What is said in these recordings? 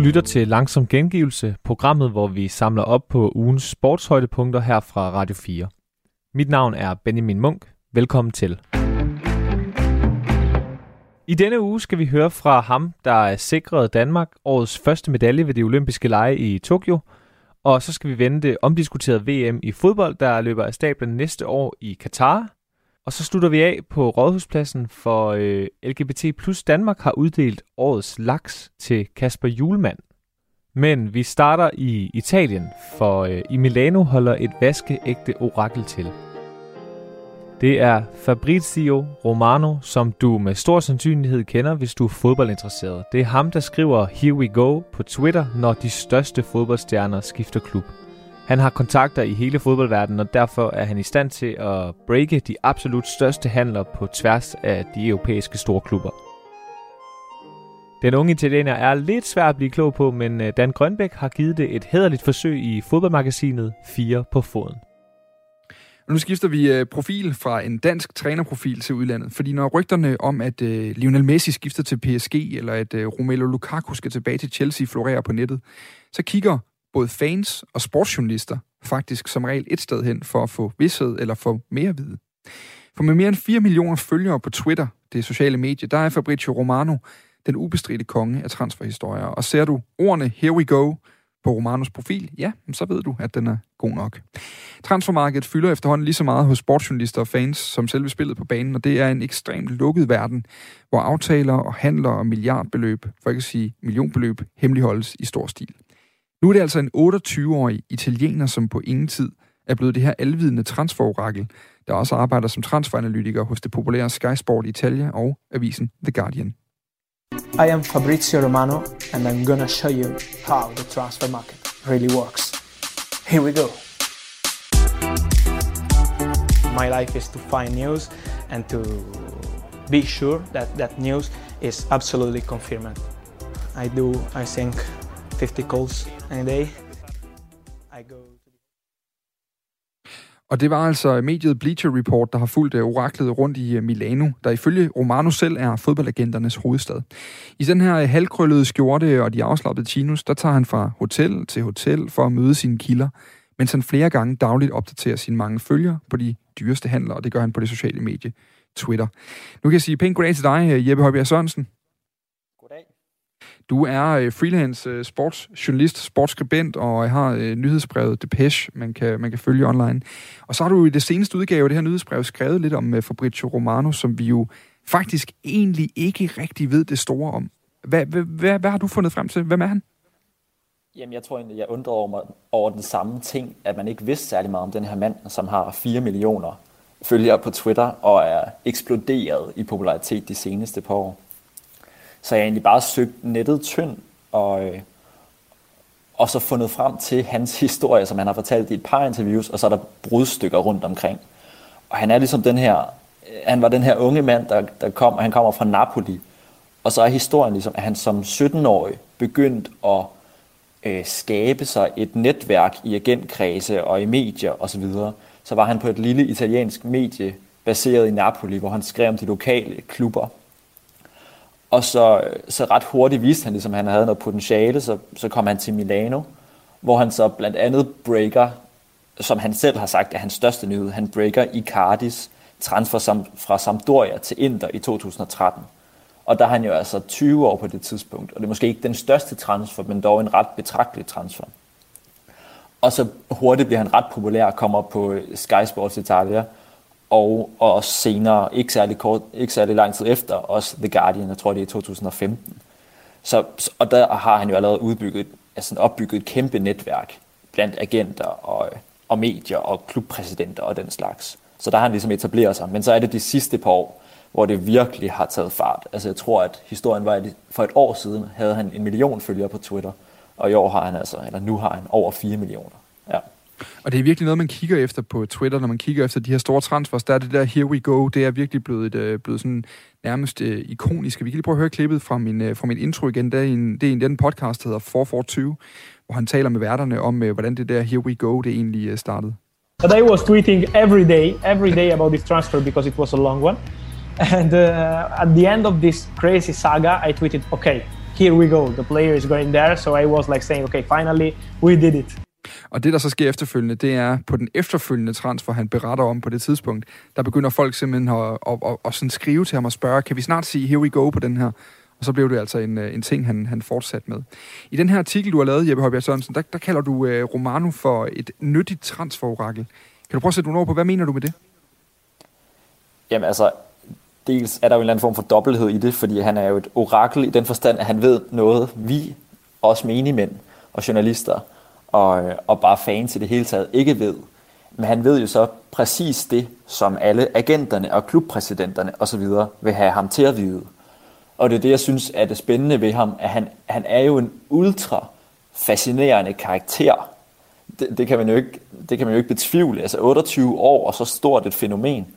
lytter til Langsom Gengivelse, programmet, hvor vi samler op på ugens sportshøjdepunkter her fra Radio 4. Mit navn er Benjamin Munk. Velkommen til. I denne uge skal vi høre fra ham, der sikrede Danmark årets første medalje ved de olympiske lege i Tokyo. Og så skal vi vende det omdiskuterede VM i fodbold, der løber af stablen næste år i Katar. Og så slutter vi af på Rådhuspladsen, for LGBT plus Danmark har uddelt årets laks til Kasper Hjulmand. Men vi starter i Italien, for i Milano holder et vaskeægte orakel til. Det er Fabrizio Romano, som du med stor sandsynlighed kender, hvis du er fodboldinteresseret. Det er ham, der skriver Here We Go på Twitter, når de største fodboldstjerner skifter klub. Han har kontakter i hele fodboldverdenen, og derfor er han i stand til at breake de absolut største handler på tværs af de europæiske store klubber. Den unge italiener er lidt svær at blive klog på, men Dan Grønbæk har givet det et hæderligt forsøg i fodboldmagasinet 4 på foden. Nu skifter vi profil fra en dansk trænerprofil til udlandet, fordi når rygterne om, at Lionel Messi skifter til PSG, eller at Romelu Lukaku skal tilbage til Chelsea, florerer på nettet, så kigger både fans og sportsjournalister faktisk som regel et sted hen for at få vished eller få mere at vide. For med mere end 4 millioner følgere på Twitter, det sociale medie, der er Fabrizio Romano den ubestridte konge af transferhistorier. Og ser du ordene Here We Go på Romanos profil, ja, så ved du, at den er god nok. Transfermarkedet fylder efterhånden lige så meget hos sportsjournalister og fans som selve spillet på banen, og det er en ekstremt lukket verden, hvor aftaler og handler og milliardbeløb, for ikke at sige millionbeløb, hemmeligholdes i stor stil. Nu er det altså en 28-årig italiener, som på ingen tid er blevet det her alvidende transferorakel, der også arbejder som transferanalytiker hos det populære Sky Sport Italia og avisen The Guardian. I am Fabrizio Romano, and I'm gonna show you how the transfer market really works. Here we go. My life is to find news and to be sure that that news is absolutely confirmed. I think, 50 calls a day. Og det var altså mediet Bleacher Report, der har fulgt oraklet rundt i Milano, der ifølge Romano selv er fodboldagenternes hovedstad. I den her halvkrøllede skjorte og de afslappede chinos, der tager han fra hotel til hotel for at møde sine kilder, mens han flere gange dagligt opdaterer sine mange følgere på de dyreste handler, og det gør han på det sociale medie Twitter. Nu kan jeg sige pænt goddag til dig, Jeppe Højbjerg Sørensen. Du er freelance sportsjournalist, sportsskribent og har nyhedsbrevet Depeche, man kan følge online. Og så har du i det seneste udgave af det her nyhedsbrev skrevet lidt om Fabrizio Romano, som vi jo faktisk egentlig ikke rigtig ved det store om. Hvad har du fundet frem til? Hvem er han? Jamen, jeg tror egentlig, jeg undrede over den samme ting, at man ikke vidste særlig meget om den her mand, som har 4 millioner følgere på Twitter og er eksploderet i popularitet de seneste par år. Så jeg har egentlig bare søgt nettet tynd og så fundet frem til hans historie, som han har fortalt i et par interviews, og så er der brudstykker rundt omkring. Og han er ligesom han var den her unge mand, der kom, og han kommer fra Napoli. Og så er historien ligesom, at han som 17-årig begyndte at skabe sig et netværk i agentkredse og i medier osv. Så var han på et lille italiensk medie baseret i Napoli, hvor han skrev om de lokale klubber. Og så ret hurtigt viste han, ligesom han havde noget potentiale, så kom han til Milano, hvor han så blandt andet breaker, som han selv har sagt er hans største nyhed, han breaker Icardis transfer fra Sampdoria til Inter i 2013. Og der er han jo altså 20 år på det tidspunkt, og det er måske ikke den største transfer, men dog en ret betragtelig transfer. Og så hurtigt bliver han ret populær og kommer på Sky Sports Italia, og senere, ikke særlig lang tid efter, også The Guardian, jeg tror det er i 2015. Og der har han jo allerede opbygget et kæmpe netværk blandt agenter og medier og klubpræsidenter og den slags. Så der har han ligesom etableret sig. Men så er det de sidste par år, hvor det virkelig har taget fart. Altså jeg tror, at historien var, at for et år siden havde han 1 million følgere på Twitter, og i år har han nu har han over 4 millioner. Ja. Og det er virkelig noget, man kigger efter på Twitter, når man kigger efter de her store transfers. Der er det der Here We Go, det er virkelig blevet sådan nærmest ikonisk. Vi kan lige prøve at høre klippet fra min intro igen. Det er en den podcast, der hedder 442, hvor han taler med værterne om, hvordan det der Here We Go, det egentlig startede. But I was tweeting every day about this transfer because it was a long one. And at the end of this crazy saga, I tweeted, okay, here we go, the player is going there. So I was like saying, okay, finally we did it. Og det, der så sker efterfølgende, det er på den efterfølgende transfer, han beretter om på det tidspunkt, der begynder folk simpelthen at sådan skrive til ham og spørge, kan vi snart sige, here we go på den her? Og så blev det altså en ting, han fortsatte med. I den her artikel, du har lavet, Jeppe Højbjerg Sørensen, der kalder du Romano for et nyttigt transferorakel. Kan du prøve at sætte nogle ord på, hvad mener du med det? Jamen altså, dels er der jo en eller anden form for dobbelthed i det, fordi han er jo et orakel i den forstand, at han ved noget, vi, også menigmænd og journalister, og bare fans i det hele taget ikke ved. Men han ved jo så præcis det, som alle agenterne og klubpræsidenterne osv. vil have ham til at vide. Og det er det, jeg synes er det spændende ved ham, at han er jo en ultra fascinerende karakter. Det kan man jo ikke betvivle. Altså 28 år og så stort et fænomen.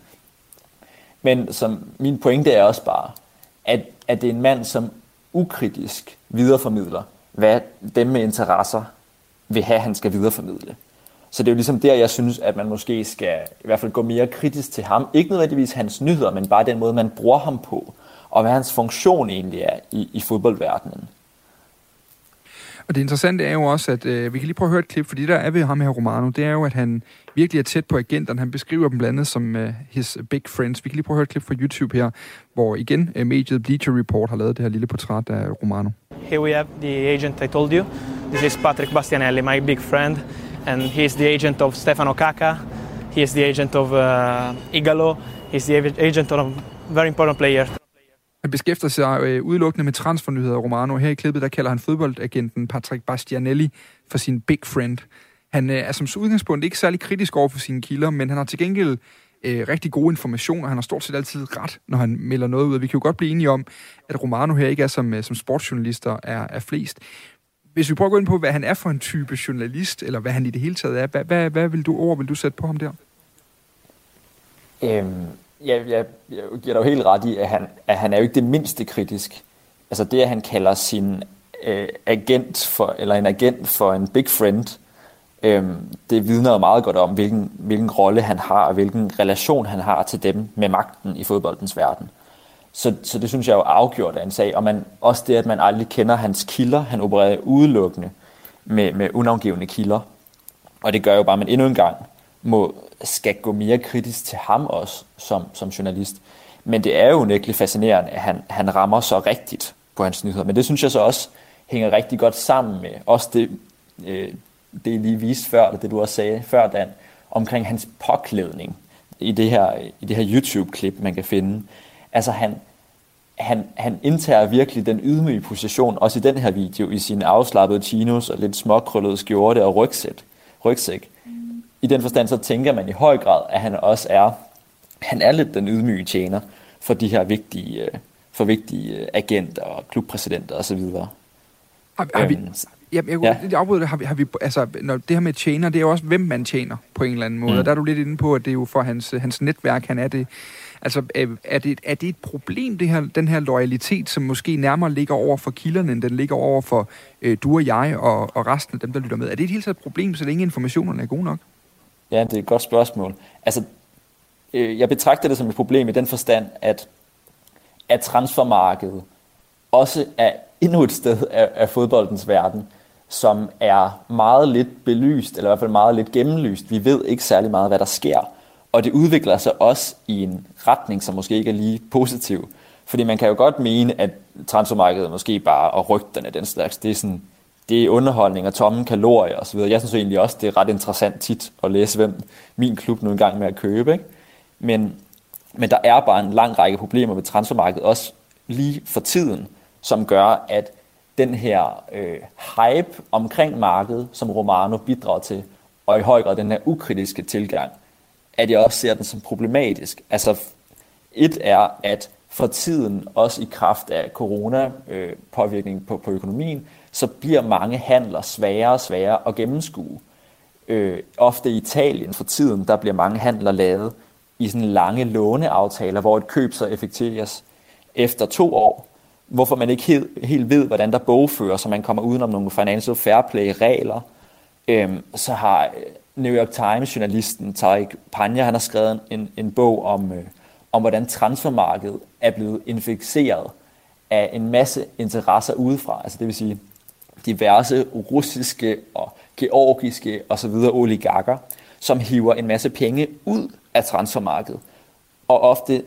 Men som min pointe er også bare, at det er en mand, som ukritisk videreformidler, hvad dem med interesser vil have, han skal videreformidle. Så det er jo ligesom der, jeg synes, at man måske skal i hvert fald gå mere kritisk til ham. Ikke nødvendigvis hans nyheder, men bare den måde, man bruger ham på, og hvad hans funktion egentlig er i fodboldverdenen. Og det interessante er jo også, at vi kan lige prøve at høre et klip, fordi der er ved ham her, Romano, det er jo, at han virkelig er tæt på agenterne. Han beskriver dem blandt andet som his big friends. Vi kan lige prøve at høre et klip fra YouTube her, hvor igen mediet Bleacher Report har lavet det her lille portræt af Romano. Here we have the agent I told you. This is Patrick Bastianelli, my big friend, and he's the agent of Stefano Kaká. He is the agent of Igalo. He's the agent of a very important player. Han beskæftiger sig udelukkende med transfernyheder, Romano. Her i klippet, der kalder han fodboldagenten Patrick Bastianelli for sin big friend. Han er som udgangspunkt ikke særlig kritisk over for sine kilder, men han har til gengæld rigtig gode informationer. Han har stort set altid ret, når han melder noget ud. Vi kan jo godt blive enige om, at Romano her ikke er som sportsjournalister er flest. Hvis vi prøver at gå ind på, hvad han er for en type journalist, eller hvad han i det hele taget er, hvad vil du sætte på ham der? Jeg giver dig jo helt ret i, at han er jo ikke det mindste kritisk. Altså det, at han kalder sin agent for en big friend, det vidner jo meget godt om, hvilken rolle han har, og hvilken relation han har til dem med magten i fodboldens verden. Så det synes jeg jo afgjort af en sag. Og også det, at man aldrig kender hans kilder. Han opererer udelukkende med unavngivne kilder. Og det gør jo bare, at man endnu en gang skal gå mere kritisk til ham også som journalist. Men det er jo unægteligt fascinerende, at han rammer så rigtigt på hans nyheder. Men det synes jeg så også hænger rigtig godt sammen med også det I lige viste før, det du også sagde før, Dan, omkring hans påklædning i det her YouTube-klip, man kan finde. Altså han indtager virkelig den ydmyge position, også i den her video, i sine afslappede chinos og lidt småkrøllede skjorte og rygsæk. I den forstand så tænker man i høj grad, at han også er lidt den ydmyge tjener for de her vigtige agenter og klubpræsidenter osv. Har vi altså, når det her med tjener, det er jo også, hvem man tjener på en eller anden måde. Og der er du lidt inde på, at det er jo for hans netværk, han er det. Altså, er det et problem, den her loyalitet, som måske nærmere ligger over for kilderne, end den ligger over for du og jeg og resten af dem, der lytter med? Er det et helt taget et problem, så længe informationerne er gode nok? Ja, det er et godt spørgsmål. Altså, jeg betragter det som et problem i den forstand, at transfermarkedet også er endnu et sted af fodboldens verden, som er meget lidt belyst, eller i hvert fald meget lidt gennemlyst. Vi ved ikke særlig meget, hvad der sker. Og det udvikler sig også i en retning, som måske ikke er lige positiv. Fordi man kan jo godt mene, at transfermarkedet måske bare, og rygterne den slags, det er underholdning og tomme kalorier osv. Jeg synes egentlig også, det er ret interessant tit at læse, hvem min klub nu engang med at købe. Ikke? Men der er bare en lang række problemer med transfermarkedet, også lige for tiden, som gør, at den her hype omkring markedet, som Romano bidrager til, og i høj grad den her ukritiske tilgang, at jeg også ser den som problematisk. Altså, et er, at for tiden, også i kraft af corona-påvirkning på økonomien, så bliver mange handler sværere og sværere at gennemskue. Ofte i Italien for tiden, der bliver mange handler lavet i sådan lange låneaftaler, hvor et køb så effektueres efter 2 år, hvorfor man ikke helt ved, hvordan der bogfører, så man kommer udenom nogle financial fair play-regler. Så har New York Times-journalisten Tariq Panja, han har skrevet en bog om hvordan transfermarkedet er blevet inficeret af en masse interesser udefra, altså det vil sige diverse russiske og georgiske osv. oligarker, som hiver en masse penge ud af transfermarkedet, og ofte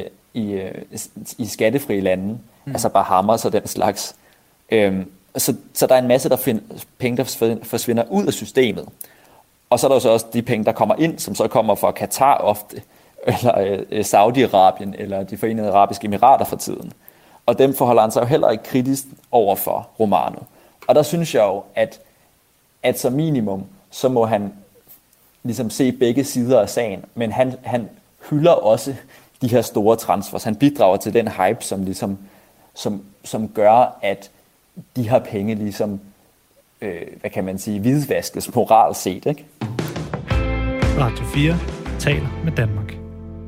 i skattefrie lande, altså Bahamas og den slags. Så der er en masse penge, der forsvinder ud af systemet. Og så er der jo så også de penge, der kommer ind, som så kommer fra Katar ofte, eller Saudi-Arabien, eller de Forenede Arabiske Emirater for tiden. Og dem forholder han sig jo heller ikke kritisk over for Romano. Og der synes jeg jo, at som minimum, så må han ligesom se begge sider af sagen, men han hylder også de her store transfers. Han bidrager til den hype, som gør, at de her penge ligesom, hvad kan man sige, hvidvaskes moralt set, ikke? Radio 4 taler med Danmark.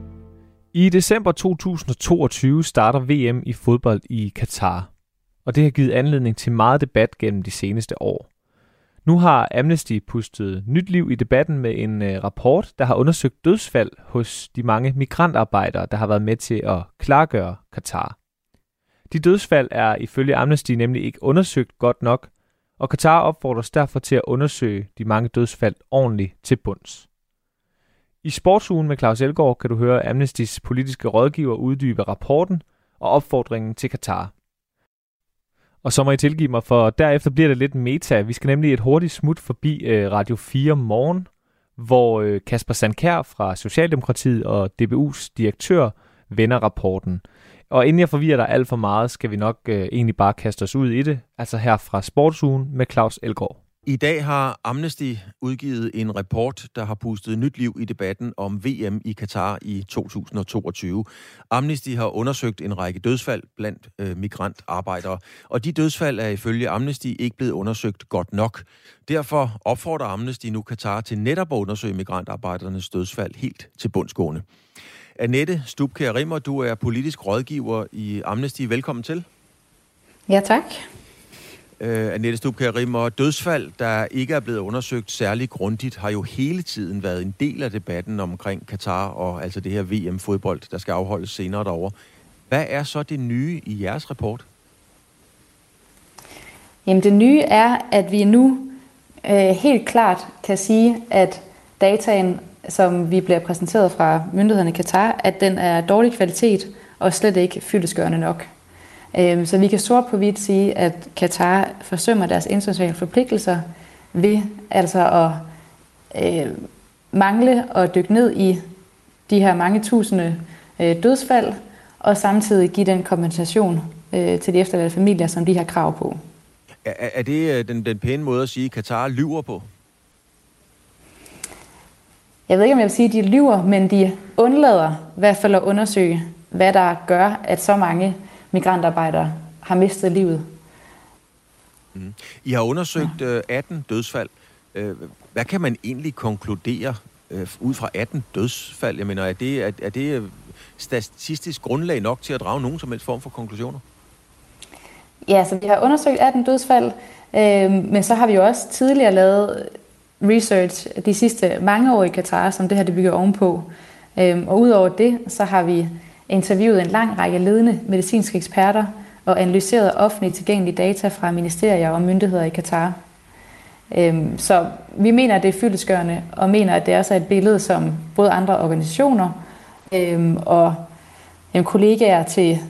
I december 2022 starter VM i fodbold i Katar, og det har givet anledning til meget debat gennem de seneste år. Nu har Amnesty pustet nyt liv i debatten med en rapport, der har undersøgt dødsfald hos de mange migrantarbejdere, der har været med til at klargøre Katar. De dødsfald er ifølge Amnesty nemlig ikke undersøgt godt nok, og Katar opfordres derfor til at undersøge de mange dødsfald ordentligt til bunds. I Sportsugen med Claus Elgaard kan du høre Amnestys politiske rådgiver uddybe rapporten og opfordringen til Katar. Og så må I tilgive mig, for derefter bliver det lidt meta. Vi skal nemlig et hurtigt smut forbi Radio 4 morgen, hvor Kasper Sandkjær fra Socialdemokratiet og DBU's direktør vender rapporten. Og inden jeg forvirrer dig alt for meget, skal vi nok egentlig bare kaste os ud i det, altså her fra Sportsugen med Claus Elgaard. I dag har Amnesty udgivet en rapport, der har pustet nyt liv i debatten om VM i Katar i 2022. Amnesty har undersøgt en række dødsfald blandt migrantarbejdere, og de dødsfald er ifølge Amnesty ikke blevet undersøgt godt nok. Derfor opfordrer Amnesty nu Katar til netop at undersøge migrantarbejdernes dødsfald helt til bundsgående. Annette Stubkjær Rimmer, du er politisk rådgiver i Amnesty. Velkommen til. Ja, tak. Annette Stubkjær Rimmer, dødsfald, der ikke er blevet undersøgt særlig grundigt, har jo hele tiden været en del af debatten omkring Katar og altså det her VM-fodbold, der skal afholdes senere derovre. Hvad er så det nye i jeres rapport? Jamen det nye er, at vi nu helt klart kan sige, at dataen, som vi bliver præsenteret fra myndighederne i Katar, at den er dårlig kvalitet og slet ikke fyldestgørende nok. Så vi kan sort på hvidt sige, at Katar forsømmer deres internationale forpligtelser ved altså at mangle og dykke ned i de her mange tusinde dødsfald, og samtidig give den kompensation til de efterladte familier, som de har krav på. Er det den pæne måde at sige, at Katar lyver på? Jeg ved ikke, om jeg vil sige, at de lyver, men de undlader i hvert fald at undersøge, hvad der gør, at så mange migrantarbejdere har mistet livet. I har undersøgt 18 dødsfald. Hvad kan man egentlig konkludere ud fra 18 dødsfald? Jeg mener, er det statistisk grundlag nok til at drage nogen som helst form for konklusioner? Ja, så vi har undersøgt 18 dødsfald, men så har vi jo også tidligere lavet research de sidste mange år i Katar, som det her det bygger ovenpå. Og udover det, så har vi interviewet en lang række ledende medicinske eksperter og analyseret offentligt tilgængelige data fra ministerier og myndigheder i Katar. Så vi mener, at det er fyldestgørende, og mener, at det også er et billede, som både andre organisationer og kollegaer til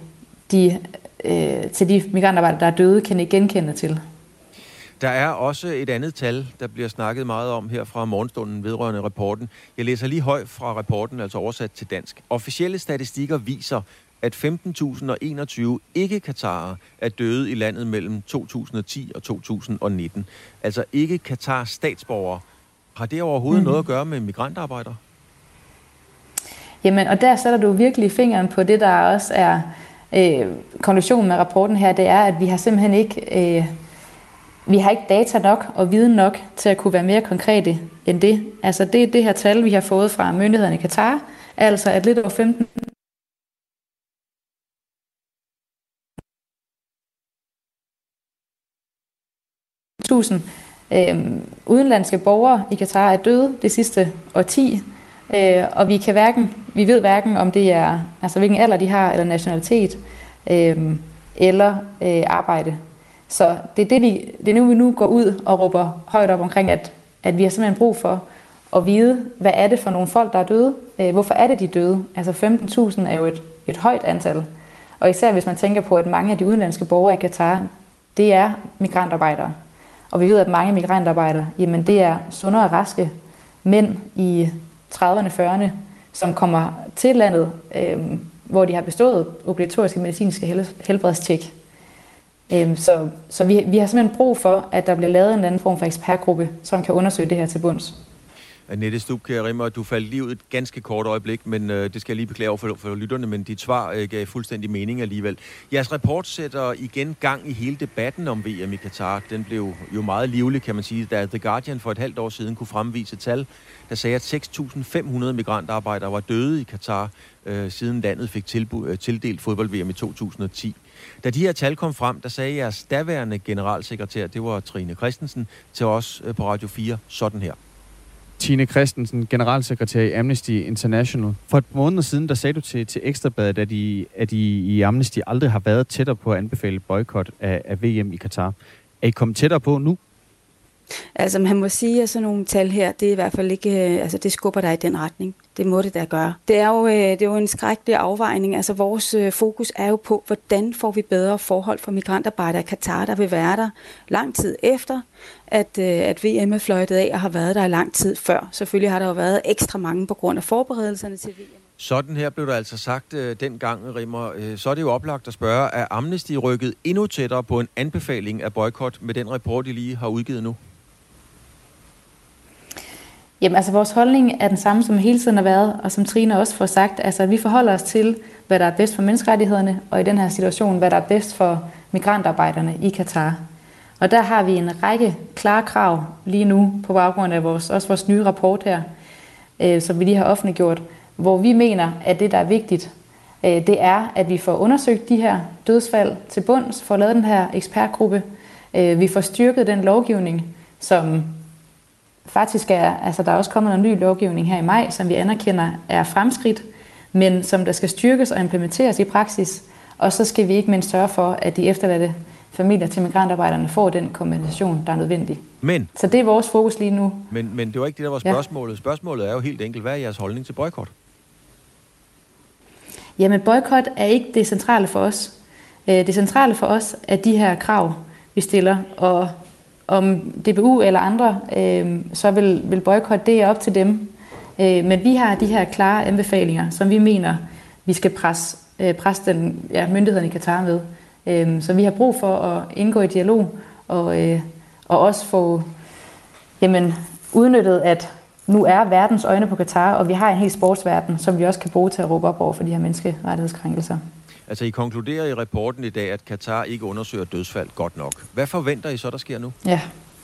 de migrantarbejdere, der er døde, kan ikke genkende til. Der er også et andet tal, der bliver snakket meget om her fra morgenstunden vedrørende rapporten. Jeg læser lige højt fra rapporten, altså oversat til dansk. Officielle statistikker viser, at 15.021 ikke-Katarer er døde i landet mellem 2010 og 2019. Altså ikke-Katars statsborgere. Har det overhovedet noget at gøre med migrantarbejdere? Jamen, og der sætter du virkelig fingeren på det, der også er konklusionen med rapporten her. Det er, at vi har simpelthen ikke... Vi har ikke data nok og viden nok til at kunne være mere konkrete end det. Altså det her tal, vi har fået fra myndighederne i Katar, er altså at lidt over 15 tusind udenlandske borgere i Katar er døde det sidste årti, og vi ved hverken om det er, altså hvilken alder de har eller nationalitet, eller arbejde. Så det er nu, vi nu går ud og råber højt op omkring, at vi har simpelthen brug for at vide, hvad er det for nogle folk, der er døde? Hvorfor er det, de er døde? Altså 15.000 er jo et højt antal. Og især hvis man tænker på, at mange af de udenlandske borgere i Katar, det er migrantarbejdere. Og vi ved, at mange migrantarbejdere, jamen det er sunde og raske mænd i 30'erne, 40'erne, som kommer til landet, hvor de har bestået obligatoriske medicinske helbredstjek. Så vi har simpelthen brug for, at der bliver lavet en anden form for ekspertgruppe, som kan undersøge det her til bunds. Annette Stubkjær Rimmer, du faldt lige ud et ganske kort øjeblik, men det skal jeg lige beklage over for lytterne, men dit svar gav fuldstændig mening alligevel. Jeres rapport sætter igen gang i hele debatten om VM i Katar. Den blev jo meget livlig, kan man sige, da The Guardian for et halvt år siden kunne fremvise tal, der sagde, at 6.500 migrantarbejdere var døde i Katar, siden landet fik tildelt fodbold-VM i 2010. Da de her tal kom frem, der sagde jeres daværende generalsekretær, det var Trine Christensen, til os på Radio 4, sådan her. Tine Christensen, generalsekretær i Amnesty International. For et par måneder siden, der sagde du til Ekstrabladet, at I i Amnesty aldrig har været tættere på at anbefale boykot af VM i Katar. Er I kommet tættere på nu? Altså, man må sige, at sådan nogle tal her, det er i hvert fald ikke, altså det skubber dig i den retning. Det må det da gøre. Det er jo en skrækkelig afvejning. Altså, vores fokus er jo på, hvordan får vi bedre forhold for migrantarbejdere i Katar, der vil være der lang tid efter, at VM er fløjtet af og har været der i lang tid før. Selvfølgelig har der jo været ekstra mange på grund af forberedelserne til VM. Sådan her blev der altså sagt dengang, Rimmer. Så er det jo oplagt at spørge, er Amnesty rykket endnu tættere på en anbefaling af boykot med den rapport, I lige har udgivet nu? Jamen altså vores holdning er den samme, som hele tiden har været, og som Trine også får sagt. Altså vi forholder os til, hvad der er bedst for menneskerettighederne, og i den her situation, hvad der er bedst for migrantarbejderne i Katar. Og der har vi en række klare krav lige nu, på baggrund af vores nye rapport her, som vi lige har offentliggjort, hvor vi mener, at det, der er vigtigt, det er, at vi får undersøgt de her dødsfald til bunds, får lavet den her ekspertgruppe, vi får styrket den lovgivning, som faktisk der er også kommet en ny lovgivning her i maj, som vi anerkender er fremskridt, men som der skal styrkes og implementeres i praksis. Og så skal vi ikke mindst sørge for, at de efterladte familier til migrantarbejderne får den kompensation, der er nødvendig. Så det er vores fokus lige nu. Men det var ikke det, der var spørgsmålet. Ja. Spørgsmålet er jo helt enkelt, hvad er jeres holdning til boykot? Jamen, boykot er ikke det centrale for os. Det centrale for os er de her krav, vi stiller, og om DBU eller andre, så vil boykot, det er op til dem. Men vi har de her klare anbefalinger, som vi mener, vi skal presse myndighederne i Katar med. Så vi har brug for at indgå i dialog, og også få udnyttet, at nu er verdens øjne på Katar, og vi har en hel sportsverden, som vi også kan bruge til at råbe op over for de her menneskerettighedskrænkelser. Altså, I konkluderer i rapporten i dag, at Katar ikke undersøger dødsfald godt nok. Hvad forventer I så, der sker nu? Ja.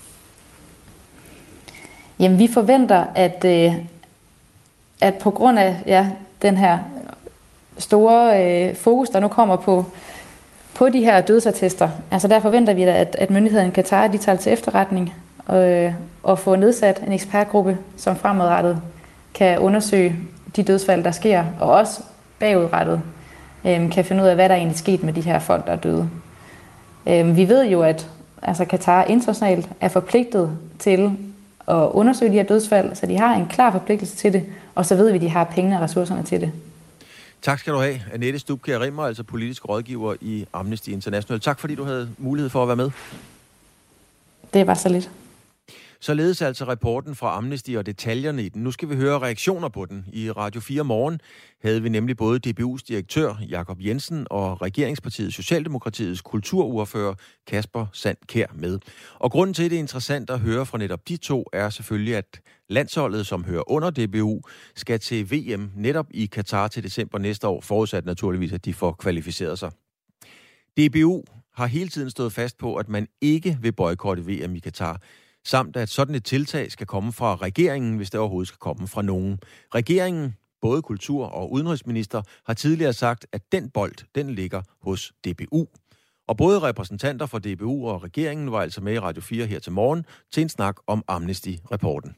Jamen, vi forventer, at på grund af den her store fokus, der nu kommer på de her dødsattester, altså der forventer vi, at myndighederne i Katar, de tager til efterretning og får nedsat en ekspertgruppe, som fremadrettet kan undersøge de dødsfald, der sker, og også bagudrettet kan finde ud af, hvad der egentlig er sket med de her folk, der er døde. Vi ved jo, at Katar internationalt er forpligtet til at undersøge de her dødsfald, så de har en klar forpligtelse til det, og så ved vi, at de har pengene og ressourcerne til det. Tak skal du have, Annette Stubkjær Rimmer, altså politisk rådgiver i Amnesty International. Tak fordi du havde mulighed for at være med. Det var så lidt. Således altså rapporten fra Amnesty og detaljerne i den. Nu skal vi høre reaktioner på den. I Radio 4 Morgen havde vi nemlig både DBU's direktør Jakob Jensen og regeringspartiet Socialdemokratiets kulturordfører Kasper Sandkjær med. Og grunden til, det er interessant at høre fra netop de to, er selvfølgelig, at landsholdet, som hører under DBU, skal til VM netop i Katar til december næste år, forudsat naturligvis, at de får kvalificeret sig. DBU har hele tiden stået fast på, at man ikke vil boykotte VM i Katar, samt at sådan et tiltag skal komme fra regeringen, hvis det overhovedet skal komme fra nogen. Regeringen, både kultur- og udenrigsminister, har tidligere sagt, at den bold, den ligger hos DBU. Og både repræsentanter for DBU og regeringen var altså med i Radio 4 her til morgen til en snak om Amnesty-rapporten.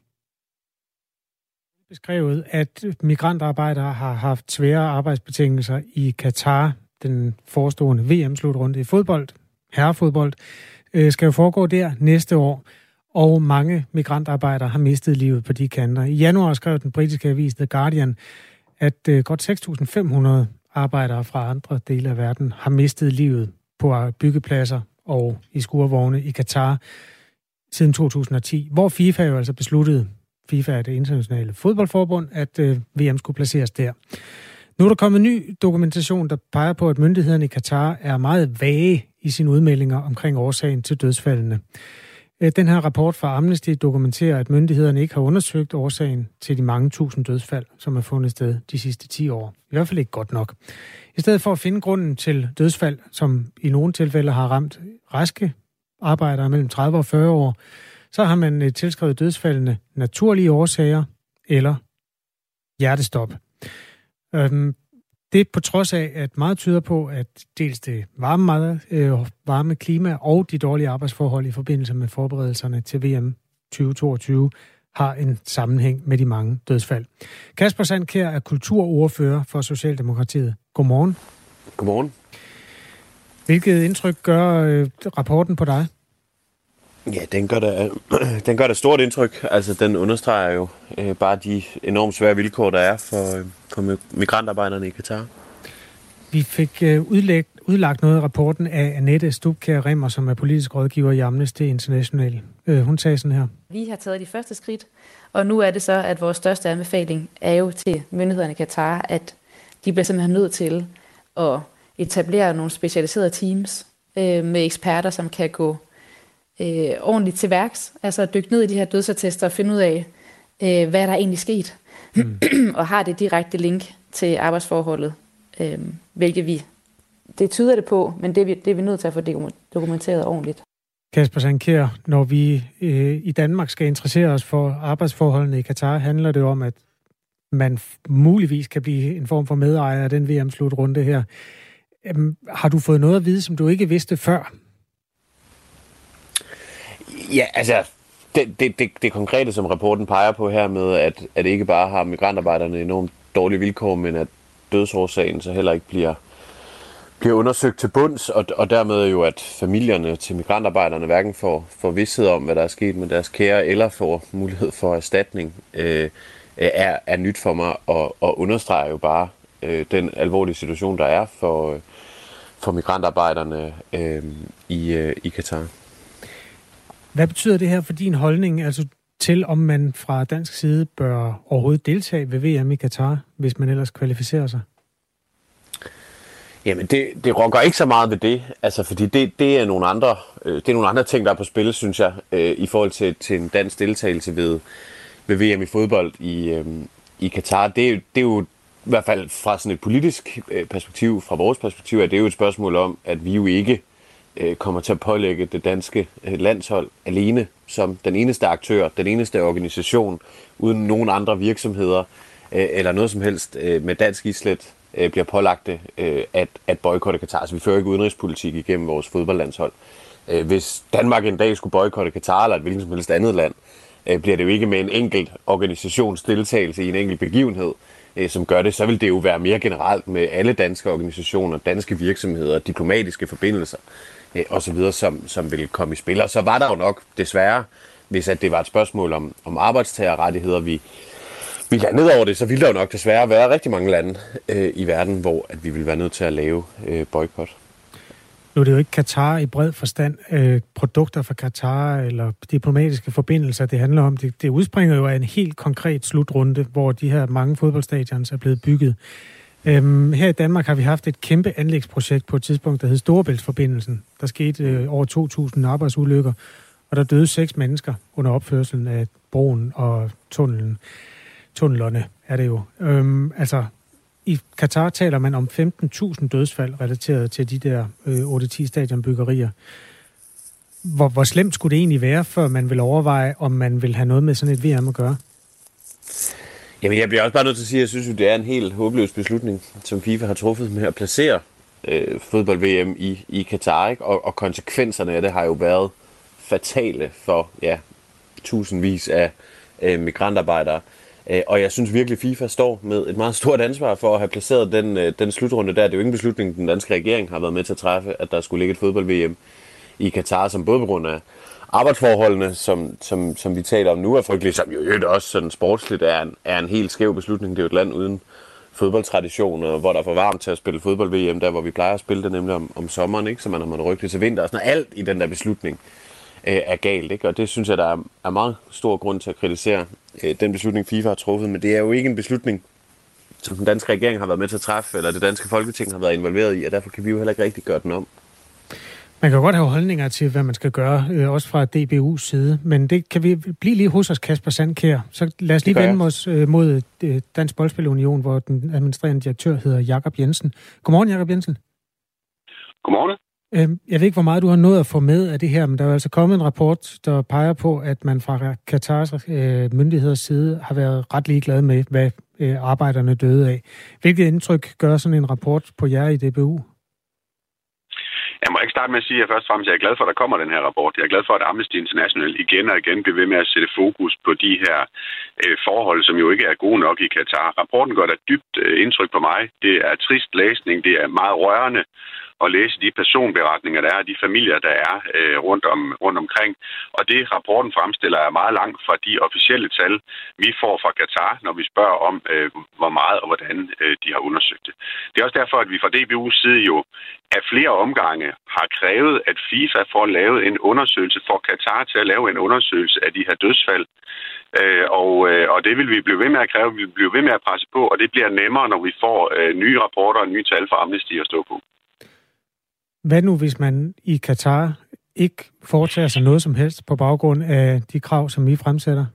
Beskrevet, at migrantarbejdere har haft svære arbejdsbetingelser i Katar. den forestående VM-slutrunde i fodbold, herrefodbold, skal jo foregå der næste år. Og mange migrantarbejdere har mistet livet på de kanter. I januar skrev den britiske avis The Guardian, at godt 6.500 arbejdere fra andre dele af verden har mistet livet på byggepladser og i skurvogne i Katar siden 2010, hvor FIFA jo altså besluttede, FIFA er det internationale fodboldforbund, at VM skulle placeres der. Nu er der kommet ny dokumentation, der peger på, at myndighederne i Katar er meget vage i sine udmeldinger omkring årsagen til dødsfaldene. Den her rapport fra Amnesty dokumenterer, at myndighederne ikke har undersøgt årsagen til de mange tusind dødsfald, som er fundet sted de sidste 10 år. I hvert fald ikke godt nok. I stedet for at finde grunden til dødsfald, som i nogle tilfælde har ramt raske arbejdere mellem 30 og 40 år, så har man tilskrevet dødsfaldene naturlige årsager eller hjertestop. Det er på trods af, at meget tyder på, at dels det varme klima og de dårlige arbejdsforhold i forbindelse med forberedelserne til VM 2022 har en sammenhæng med de mange dødsfald. Kasper Sandkjær er kulturordfører for Socialdemokratiet. Godmorgen. Godmorgen. Hvilket indtryk gør rapporten på dig? Ja, den gør da stort indtryk. Altså, den understreger jo bare de enormt svære vilkår, der er for migrantarbejderne i Katar. Vi fik udlagt noget af rapporten af Annette Stubkjær Rimmer, som er politisk rådgiver i Amnesty International. Hun sagde sådan her. Vi har taget de første skridt, og nu er det så, at vores største anbefaling er jo til myndighederne i Katar, at de bliver simpelthen nødt til at etablere nogle specialiserede teams med eksperter, som kan gå ordentligt til værks, altså dykke ned i de her dødsattester og finde ud af, hvad der egentlig sket, og har det direkte link til arbejdsforholdet, hvilket det tyder det på, men det er vi nødt til at få dokumenteret ordentligt. Kasper Sandkjær, når vi i Danmark skal interessere os for arbejdsforholdene i Katar, handler det om, at man muligvis kan blive en form for medejer af den VM-slutrunde her. Har du fået noget at vide, som du ikke vidste før? Ja, altså, det konkrete, som rapporten peger på her med, at ikke bare har migrantarbejderne enormt dårlige vilkår, men at dødsårsagen så heller ikke bliver undersøgt til bunds, og dermed jo, at familierne til migrantarbejderne hverken får vidsthed om, hvad der er sket med deres kære, eller får mulighed for erstatning, er nyt for mig, og understreger jo bare den alvorlige situation, der er for migrantarbejderne i Katar. Hvad betyder det her for din holdning, altså til om man fra dansk side bør overhovedet deltage ved VM i Katar, hvis man ellers kvalificerer sig? Jamen, det rokker ikke så meget ved det, altså fordi det er nogle andre ting, der er på spil, synes jeg, i forhold til en dansk deltagelse ved VM i fodbold i Katar. Det er jo i hvert fald fra sådan et politisk perspektiv, fra vores perspektiv, at det er jo et spørgsmål om, at vi jo ikke kommer til at pålægge det danske landshold alene som den eneste aktør, den eneste organisation, uden nogen andre virksomheder eller noget som helst med dansk islet bliver pålagt at boykotte Katar. Altså, vi fører ikke udenrigspolitik igennem vores fodboldlandshold. Hvis Danmark en dag skulle boykotte Katar eller et hvilket som helst andet land, bliver det jo ikke med en enkelt organisations deltagelse i en enkelt begivenhed, som gør det, så vil det jo være mere generelt med alle danske organisationer, danske virksomheder, diplomatiske forbindelser osv., som vil komme i spil. Og så var der jo nok desværre, hvis at det var et spørgsmål om arbejdstagerrettigheder, vi landede over det, så ville der jo nok desværre være rigtig mange lande i verden, hvor at vi ville være nødt til at lave boykot. Nu er det jo ikke Katar i bred forstand, produkter fra Katar eller diplomatiske forbindelser, det handler om. Det udspringer jo af en helt konkret slutrunde, hvor de her mange fodboldstadions er blevet bygget. Her i Danmark har vi haft et kæmpe anlægsprojekt på et tidspunkt, der hed Storebæltsforbindelsen. Der skete over 2.000 arbejdsulykker, og der døde 6 mennesker under opførselen af broen og tunnelerne er det jo. I Katar taler man om 15.000 dødsfald relateret til de der 8-10 stadionbyggerier. Hvor slemt skulle det egentlig være, før man vil overveje, om man vil have noget med sådan et VM at gøre? Jamen, jeg bliver også bare nødt til at sige, at jeg synes, at det er en helt håbløs beslutning, som FIFA har truffet med at placere fodbold-VM i Katar, ikke? Og konsekvenserne af det har jo været fatale for tusindvis af migrantarbejdere. Og jeg synes virkelig, FIFA står med et meget stort ansvar for at have placeret den slutrunde der. Det er jo ingen beslutning, den danske regering har været med til at træffe, at der skulle ligge et fodbold-VM i Katar, som både på grund af arbejdsforholdene, som vi taler om nu, er frygtelige, som jo også sådan sportsligt er en helt skæv beslutning. Det er jo et land uden fodboldtraditioner, hvor der er for varmt til at spille fodbold-VM, der hvor vi plejer at spille det, nemlig om sommeren, ikke? Så man har måttet rykke det til vinter, og sådan alt i den der beslutning er galt, ikke? Og det synes jeg, der er meget stor grund til at kritisere den beslutning, FIFA har truffet, men det er jo ikke en beslutning, som den danske regering har været med til at træffe, eller det danske folketing har været involveret i, og derfor kan vi jo heller ikke rigtig gøre den om. Man kan godt have holdninger til, hvad man skal gøre, også fra DBU's side, men det kan vi blive lige hos os, Kasper Sandkjær. Så lad os lige vende os mod Dansk Boldspilunion, hvor den administrerende direktør hedder Jakob Jensen. Godmorgen, Jakob Jensen. Godmorgen. Jeg ved ikke, hvor meget du har nået at få med af det her, men der er altså kommet en rapport, der peger på, at man fra Katars myndigheders side har været ret ligeglad med, hvad arbejderne døde af. Hvilket indtryk gør sådan en rapport på jer i DBU? Jeg må ikke starte med at sige, at først og fremmest jeg er glad for, at der kommer den her rapport. Jeg er glad for, at Amnesty International igen og igen bliver ved med at sætte fokus på de her forhold, som jo ikke er gode nok i Katar. Rapporten gør der dybt indtryk på mig. Det er trist læsning, det er meget rørende at læse de personberetninger, der er, de familier, der er rundt omkring. Og det rapporten fremstiller er meget langt fra de officielle tal, vi får fra Katar, når vi spørger om, hvor meget og hvordan de har undersøgt det. Det er også derfor, at vi fra DBU's side jo af flere omgange har krævet, at FIFA får lavet en undersøgelse for Katar til at lave en undersøgelse af de her dødsfald. Og det vil vi blive ved med at kræve, vi vil blive ved med at presse på, og det bliver nemmere, når vi får nye rapporter og nye tal fra Amnesty at stå på. Hvad nu, hvis man i Katar ikke foretager sig noget som helst på baggrund af de krav, som I fremsætter?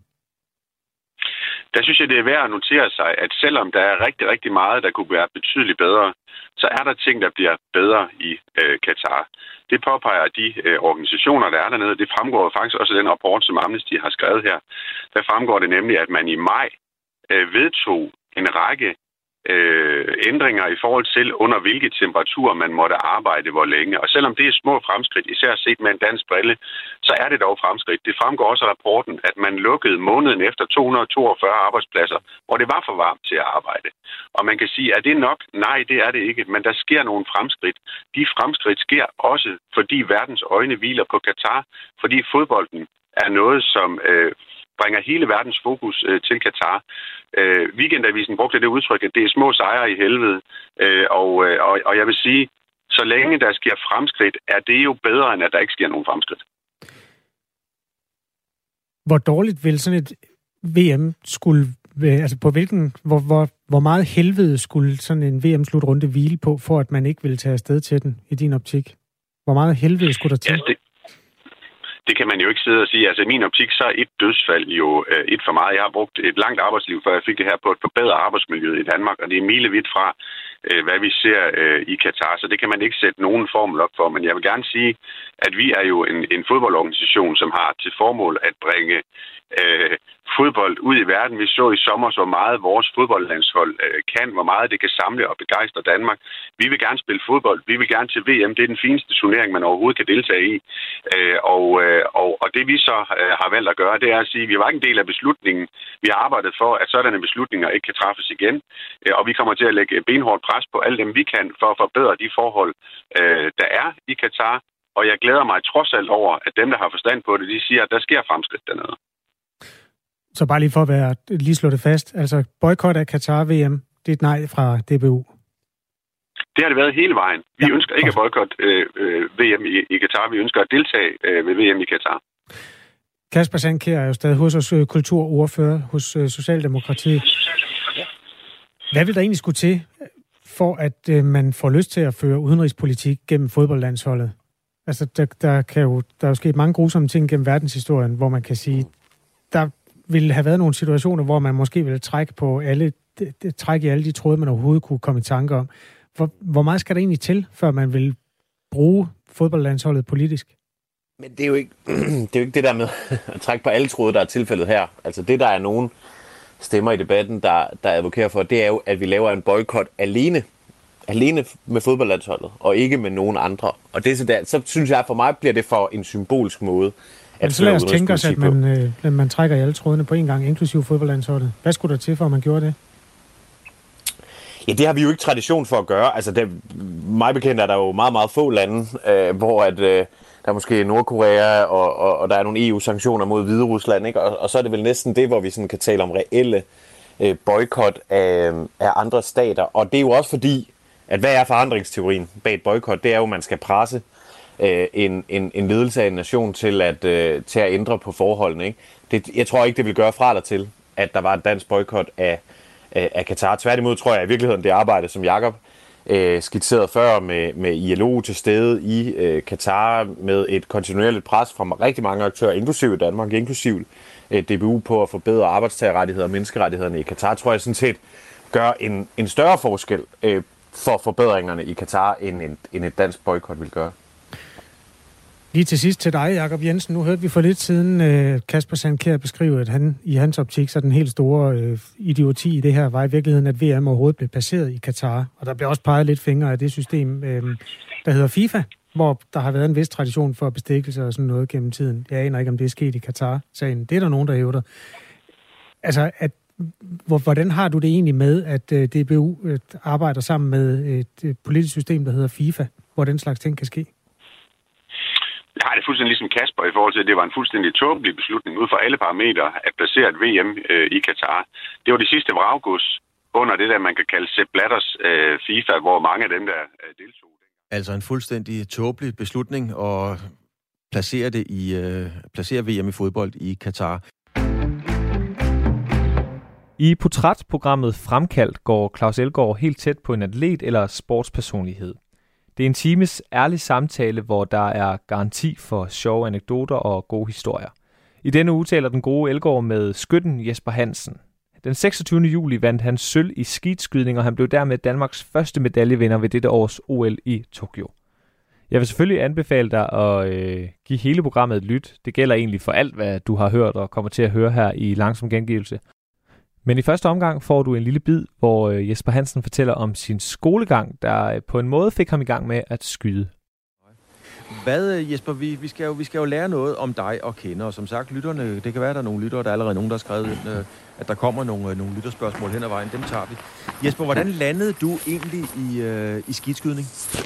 Der synes jeg, det er værd at notere sig, at selvom der er rigtig, rigtig meget, der kunne være betydeligt bedre, så er der ting, der bliver bedre i Katar. Det påpeger de organisationer, der er dernede. Det fremgår faktisk også af den rapport, som Amnesty har skrevet her. Der fremgår det nemlig, at man i maj vedtog en række ændringer i forhold til, under hvilke temperaturer man måtte arbejde hvor længe. Og selvom det er små fremskridt, især set med en dansk brille, så er det dog fremskridt. Det fremgår også af rapporten, at man lukkede måneden efter 242 arbejdspladser, hvor det var for varmt til at arbejde. Og man kan sige, er det nok? Nej, det er det ikke. Men der sker nogle fremskridt. De fremskridt sker også, fordi verdens øjne hviler på Katar, fordi fodbolden er noget, som bringer hele verdens fokus til Katar. Weekendavisen brugte det udtryk, at det er små sejre i helvede. Og jeg vil sige, så længe der sker fremskridt, er det jo bedre, end at der ikke sker nogen fremskridt. Hvor dårligt vil sådan et VM skulle, altså på hvilken, hvor meget helvede skulle sådan en VM-slutrunde hvile på, for at man ikke ville tage afsted til den i din optik? Hvor meget helvede skulle der til? Ja, det kan man jo ikke sidde og sige. Altså i min optik, så er et dødsfald jo et for meget. Jeg har brugt et langt arbejdsliv, før jeg fik det her på at forbedre arbejdsmiljøet i Danmark, og det er milevidt fra, hvad vi ser i Katar. Så det kan man ikke sætte nogen formel op for. Men jeg vil gerne sige, at vi er jo en fodboldorganisation, som har til formål at bringe fodbold ud i verden. Vi så i sommer, så meget vores fodboldlandshold kan, hvor meget det kan samle og begejstre Danmark. Vi vil gerne spille fodbold. Vi vil gerne til VM. Det er den fineste turnering, man overhovedet kan deltage i. Og det vi så har valgt at gøre, det er at sige, at vi var ikke en del af beslutningen. Vi har arbejdet for, at sådanne beslutninger ikke kan træffes igen. Og vi kommer til at lægge benhårdt pres på alle dem, vi kan, for at forbedre de forhold, der er i Katar. Og jeg glæder mig trods alt over, at dem, der har forstand på det, de siger, at der sker fremskridt dernede. Så bare lige for at lige slå det fast. Altså, boykot af Katar VM, det er et nej fra DBU. Det har det været hele vejen. Vi ønsker ikke at boykotte VM i Katar. Vi ønsker at deltage ved VM i Katar. Kasper Sandkjær er jo stadig hos os, kulturordfører hos Socialdemokratiet. Hvad vil der egentlig skulle til, for at man får lyst til at føre udenrigspolitik gennem fodboldlandsholdet? Altså, der er jo sket mange grusomme ting gennem verdenshistorien, hvor man kan sige, der ville have været nogle situationer, hvor man måske ville trække i alle de tråde, man overhovedet kunne komme i tanke om. Hvor meget skal der egentlig til, før man vil bruge fodboldlandsholdet politisk? Men det er jo ikke det der med at trække på alle tråde, der er tilfældet her. Altså det, der er nogen stemmer i debatten, der advokerer for, det er jo, at vi laver en boykot alene med fodboldlandsholdet, og ikke med nogen andre. Og det så synes jeg, for mig bliver det for en symbolsk måde Men så lad os tænke os, at man trækker i alle trådene på en gang, inklusive fodboldlandsholdet. Hvad skulle der til, for at man gjorde det? Ja, det har vi jo ikke tradition for at gøre. Altså, mig bekendt er der jo meget, meget få lande, hvor der er måske Nordkorea, og der er nogle EU-sanktioner mod Hviderusland, ikke? Og så er det vel næsten det, hvor vi sådan kan tale om reelle boykot af andre stater. Og det er jo også fordi, at hvad er forandringsteorien bag et boykot? Det er jo, at man skal presse en ledelse af en nation til at ændre på forholdene, ikke? Jeg tror ikke, det vil gøre fra eller til, at der var et dansk boykot af Katar. Tværtimod tror jeg i virkeligheden, det arbejde, som Jakob skitseret før med ILO til stede i Katar, med et kontinuerligt pres fra rigtig mange aktører, inklusive Danmark, inklusive DBU, på at forbedre arbejdstagerrettigheder og menneskerettighederne i Katar, tror jeg sådan set gør en større forskel for forbedringerne i Katar, end et dansk boykot vil gøre. Lige til sidst til dig, Jakob Jensen. Nu hørte vi for lidt siden Kasper Sandkjær beskrive, at han i hans optik, så den helt store idioti i det her var i virkeligheden, at VM overhovedet blev placeret i Katar. Og der blev også peget lidt fingre af det system, der hedder FIFA, hvor der har været en vis tradition for bestikkelse og sådan noget gennem tiden. Jeg aner ikke, om det er sket i Katar-sagen. Det er der nogen, der hævder. Altså, hvordan har du det egentlig med, at DBU arbejder sammen med et politisk system, der hedder FIFA, hvor den slags ting kan ske? Jeg har det fuldstændig ligesom Kasper i forhold til, at det var en fuldstændig tåbelig beslutning ud fra alle parametre at placere et VM i Katar. Det var det sidste vraggods under det der, man kan kalde Sepp Blatters FIFA, hvor mange af dem, der deltog. Altså en fuldstændig tåbelig beslutning at placere VM i fodbold i Katar. I portrætprogrammet Fremkaldt går Claus Elgaard helt tæt på en atlet eller sportspersonlighed. Det er en times ærlig samtale, hvor der er garanti for sjove anekdoter og gode historier. I denne uge taler den gode Elgaard med skytten Jesper Hansen. Den 26. juli vandt han sølv i skidskydning, og han blev dermed Danmarks første medaljevinder ved dette års OL i Tokyo. Jeg vil selvfølgelig anbefale dig at give hele programmet et lyt. Det gælder egentlig for alt, hvad du har hørt og kommer til at høre her i langsom gengivelse. Men i første omgang får du en lille bid, hvor Jesper Hansen fortæller om sin skolegang, der på en måde fik ham i gang med at skyde. Hvad, Jesper, vi skal jo lære noget om dig og kende, og som sagt, lytterne, det kan være, at der er nogle lyttere, der er allerede nogen, der har skrevet ind, at der kommer nogle lytterspørgsmål hen ad vejen, dem tager vi. Jesper, hvordan landede du egentlig i skidskydning?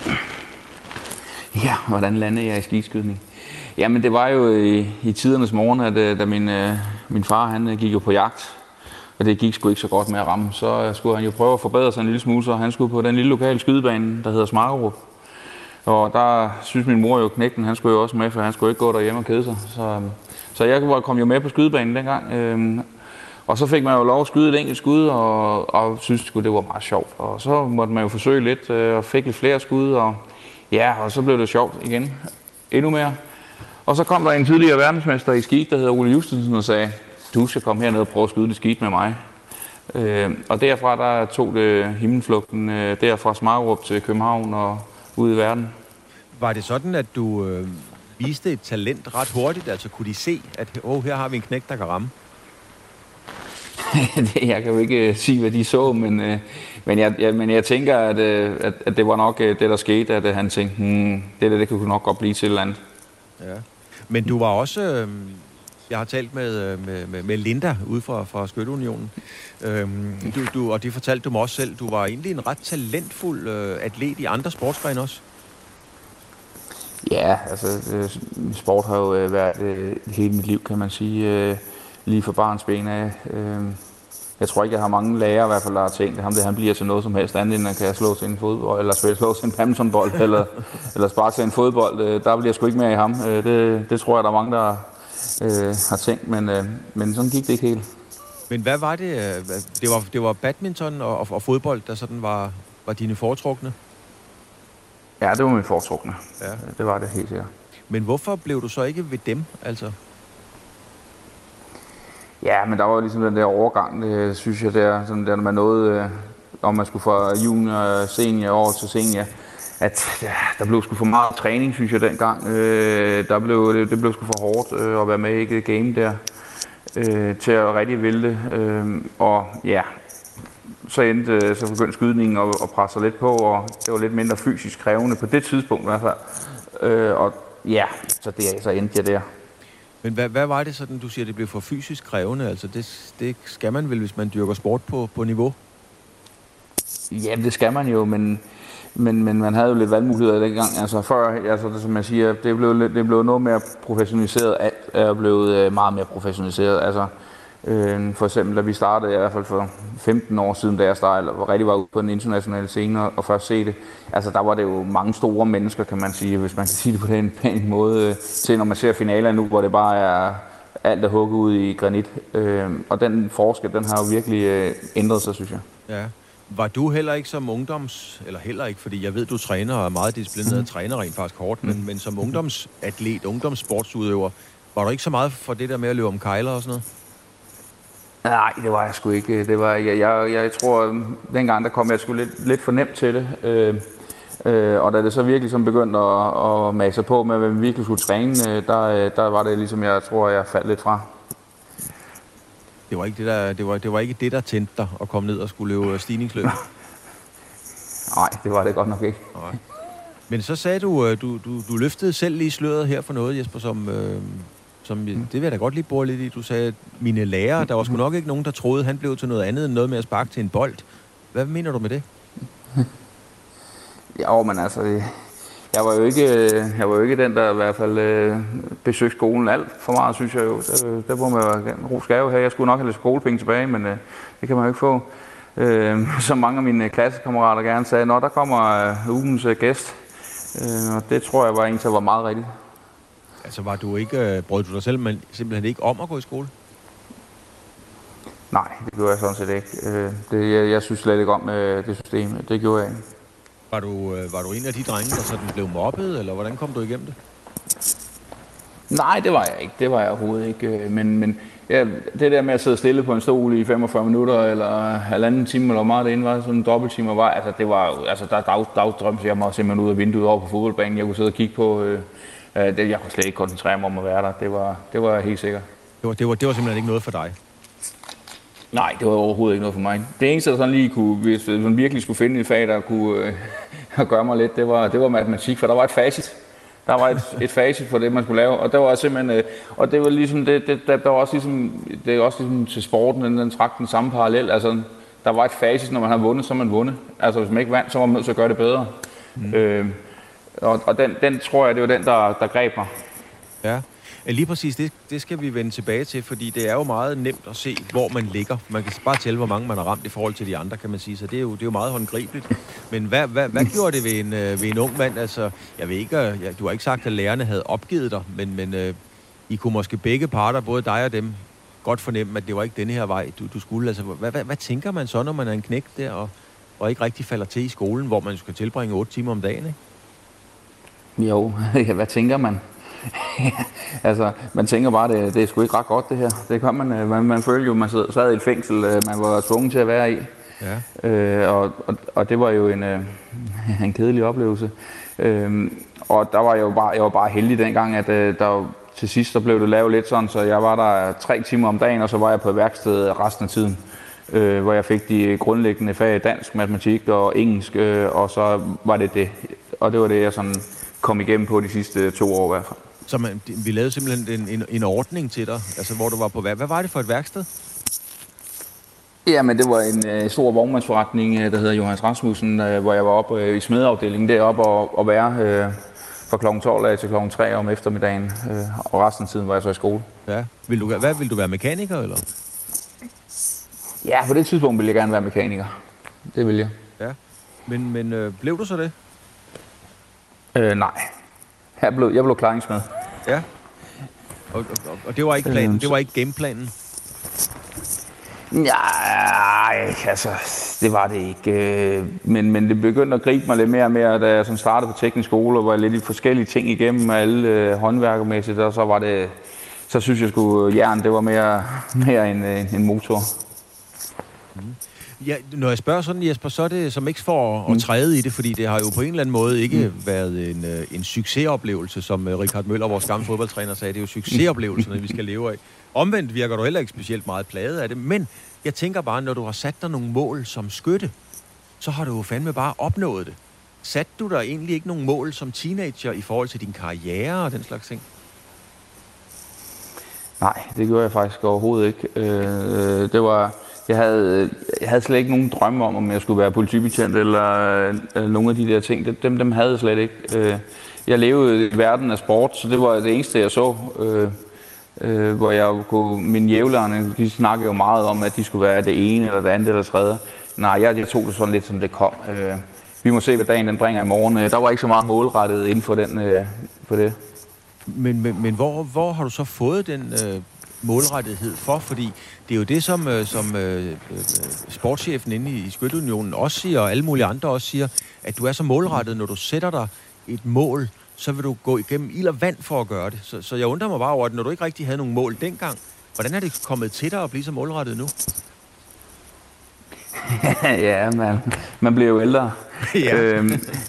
Ja, hvordan landede jeg i skidskydning? Jamen, det var jo i tidernes morgen, at da min far han gik jo på jagt, og det gik sgu ikke så godt med at ramme. Så skulle han jo prøve at forbedre sig en lille smule, så han skulle på den lille lokale skydebane, der hedder Smarkerup. Og der synes min mor jo, knægten, han skulle jo også med, for han skulle ikke gå derhjemme og kede sig. Så jeg kom jo med på skydebanen dengang. Og så fik man jo lov at skyde et enkelt skud, og synes det var meget sjovt. Og så måtte man jo forsøge lidt, og fik lidt flere skud, og så blev det sjovt igen. Endnu mere. Og så kom der en tidligere verdensmester i skik, der hedder Ole Justensen, og sagde, du skal komme herned og prøve at skyde det skidt med mig. Og derfra der tog det himmelflugten derfra Smarkerup til København og ud i verden. Var det sådan, at du viste et talent ret hurtigt? Altså kunne de se, at her har vi en knægt, der kan ramme? Jeg kan jo ikke sige, hvad de så, men jeg tænker, at det var nok det, der skete, at han tænkte, det kunne nok godt blive til et eller andet. Ja. Men du var også... Jeg har talt med Linda ude fra Skytteunionen, og det fortalte du mig også selv. Du var egentlig en ret talentfuld atlet i andre sportsgrene også. Ja, altså sport har jo været hele mit liv, kan man sige, lige fra barnsben af. Jeg tror ikke, jeg har mange lærere i hvert fald, der har tænkt, at han bliver til noget som helst andet, end at kan slå til en fodbold, eller slå til en badmintonbold, eller sparke til en fodbold. Der bliver jeg sgu ikke mere i ham. Det tror jeg, der er mange, der har tænkt, men sådan gik det ikke helt. Men hvad var det? Det var badminton og fodbold, der sådan var dine foretrukne? Ja, det var mine foretrukne. Ja. Det var det helt sikkert. Men hvorfor blev du så ikke ved dem, altså? Ja, men der var ligesom den der overgang, det synes jeg, sådan der, når man nåede, om man skulle fra junior, senior over til senior, at der blev sgu for meget træning, synes jeg, dengang. Det blev sgu for hårdt at være med i det game der, til at rigtig ville det. Og ja, så begyndte skydningen at presse lidt på, og det var lidt mindre fysisk krævende på det tidspunkt i hvert fald. Og ja, så endte jeg der. Men hvad var det sådan, du siger, det blev for fysisk krævende? Altså det skal man vel, hvis man dyrker sport på niveau? Ja, det skal man jo, men man havde jo lidt valgmuligheder dengang. Altså før, altså som jeg siger, det blev noget mere professionaliseret. Alt er blevet meget mere professionaliseret. Altså for eksempel, da vi startede, i hvert fald for 15 år siden, da jeg startede, og rigtig var ude på den internationale scene og først se det, altså der var det jo mange store mennesker, kan man sige, hvis man kan sige det på den pæne måde, til når man ser finaler nu, hvor det bare er alt er hugget ud i granit. Og den forskel, den har jo virkelig ændret sig, synes jeg. Ja. Var du heller ikke som heller ikke, fordi jeg ved, du træner og er meget disciplineret og træner rent faktisk hårdt, men som ungdomsatlet, ungdomssportsudøver, var du ikke så meget for det der med at løbe om kejler og sådan noget? Nej, det var jeg sgu ikke. Det var, jeg tror, dengang der kom jeg sgu lidt for nemt til det. Og da det så virkelig som begyndte at mase på med, hvad vi virkelig skulle træne, der var det ligesom, jeg tror, jeg faldt lidt fra. Det var ikke det, der tændte dig at komme ned og skulle løbe stigningsløb? Nej, det var det godt nok ikke. Nej. Men så sagde du løftede selv lige sløret her for noget, Jesper, som det vil jeg da godt lige bore lidt i. Du sagde, at mine lærere, der var sgu nok ikke nogen, der troede, han blev til noget andet end noget med at sparke til en bold. Hvad mener du med det? Jo, men altså, jeg var jo ikke den, der i hvert fald besøgte skolen alt for meget, synes jeg jo. Der må man jo ro skave her. Jeg skulle nok have lidt skolepenge tilbage, men det kan man jo ikke få. Som mange af mine klassekammerater gerne sagde, der kommer ugens gæst. Og det tror jeg var en, der var meget rigtigt. Altså brød du dig simpelthen ikke om at gå i skole? Nej, det gjorde jeg sådan set ikke. Jeg synes slet ikke om det system. Det gjorde jeg ikke. Var du en af de drenge, der sådan blev mobbet, eller hvordan kom du igennem det? Nej, det var jeg ikke. Det var jeg overhovedet ikke. Men ja, det der med at sidde stille på en stol i 45 minutter, eller halvanden time, eller hvor meget det inde var, sådan en dobbelttimer var, altså det var jo, altså der drømte jeg mig simpelthen ud af vinduet over på fodboldbanen. Jeg kunne sidde og kigge på, jeg kunne slet ikke koncentrere mig om at være der. Det var helt sikkert. Det var simpelthen ikke noget for dig? Nej, det var overhovedet ikke noget for mig. Det eneste, der sådan lige kunne, hvis man virkelig skulle finde et fag, der kunne gøre mig lidt, det var matematik, for der var et facit. Der var et facit for det, man skulle lave, og der var simpelthen, og det var ligesom, der var også ligesom til sporten, den trak den samme parallel, altså, der var et facit, når man har vundet, så man vundet. Altså, hvis man ikke vandt, så var man nødt til at gøre det bedre. Og den tror jeg, det var den, der greb mig. Ja. Lige præcis, det skal vi vende tilbage til, fordi det er jo meget nemt at se, hvor man ligger. Man kan bare tælle, hvor mange man har ramt i forhold til de andre, kan man sige, så det er jo meget håndgribeligt. Men hvad gjorde det ved en ung mand? Altså, jeg ved ikke, du har ikke sagt, at lærerne havde opgivet dig, men I kunne måske begge parter, både dig og dem, godt fornemme, at det var ikke denne her vej, du skulle. Altså, hvad tænker man så, når man er en knægt der, og ikke rigtig falder til i skolen, hvor man skal tilbringe 8 timer om dagen, ikke? Jo, hvad tænker man? Altså, man tænker bare, det er sgu ikke ret godt det her. Det kan man følte jo, man sad i et fængsel, man var tvunget til at være i. Ja. Og det var jo en kedelig oplevelse. Og jeg var bare heldig dengang, at der til sidst der blev det lavet lidt sådan, så jeg var der 3 timer om dagen, og så var jeg på værksted resten af tiden. Hvor jeg fik de grundlæggende fag dansk, matematik og engelsk, og så var det. Og det var det, jeg sådan kom igennem på de sidste 2 år i hvert fald. Så vi lavede simpelthen en ordning til dig, altså hvor du var på hvad var det for et værksted? Jamen det var en stor vognmandsforretning, der hedder Johannes Rasmussen, hvor jeg var oppe i smedeafdelingen deroppe og være fra kl. 12 til kl. 3 om eftermiddagen, og resten af tiden var jeg så i skole. Ja. Vil du være mekaniker, eller? Ja, på det tidspunkt ville jeg gerne være mekaniker. Det ville jeg. Ja. Men blev du så det? Nej. Jeg blev klaringsmed. Ja. Og det var ikke planen? Det var ikke gameplanen? Ja, altså, det var det ikke. Men det begyndte at gribe mig lidt mere og mere, da jeg startede på teknisk skole, og var lidt i forskellige ting igennem, alle håndværkermæssigt, og så synes jeg sgu, jern, det var mere en motor. Ja, når jeg spørger sådan, Jesper, så er det som ikke for at træde i det, fordi det har jo på en eller anden måde ikke været en succesoplevelse, som Richard Møller, vores gamle fodboldtræner, sagde. Det er jo succesoplevelsen, vi skal leve af. Omvendt virker du heller ikke specielt meget plaget af det, men jeg tænker bare, når du har sat dig nogle mål som skytte, så har du jo fandme bare opnået det. Satte du der egentlig ikke nogle mål som teenager i forhold til din karriere og den slags ting? Nej, det gjorde jeg faktisk overhovedet ikke. Jeg havde slet ikke nogen drømme om jeg skulle være politibetjent eller nogle af de der ting. Dem havde jeg slet ikke. Jeg levede i verden af sport, så det var det eneste, jeg så. Hvor jeg kunne, mine jævlerne, de snakkede jo meget om, at de skulle være det ene eller det andet eller det tredje. Nej, jeg tog det sådan lidt, som det kom. Vi må se, hvad dagen den bringer i morgen. Der var ikke så meget målrettet inden for for det. Men hvor har du så fået den målrettighed for? Fordi det er jo det, som sportschefen inde i Skytteunionen også siger, og alle mulige andre også siger, at du er så målrettet, når du sætter dig et mål, så vil du gå igennem ild og vand for at gøre det. Så jeg undrer mig bare over, at når du ikke rigtig havde nogen mål dengang, hvordan er det kommet til dig at blive så målrettet nu? Ja, man bliver jo ældre. Ja.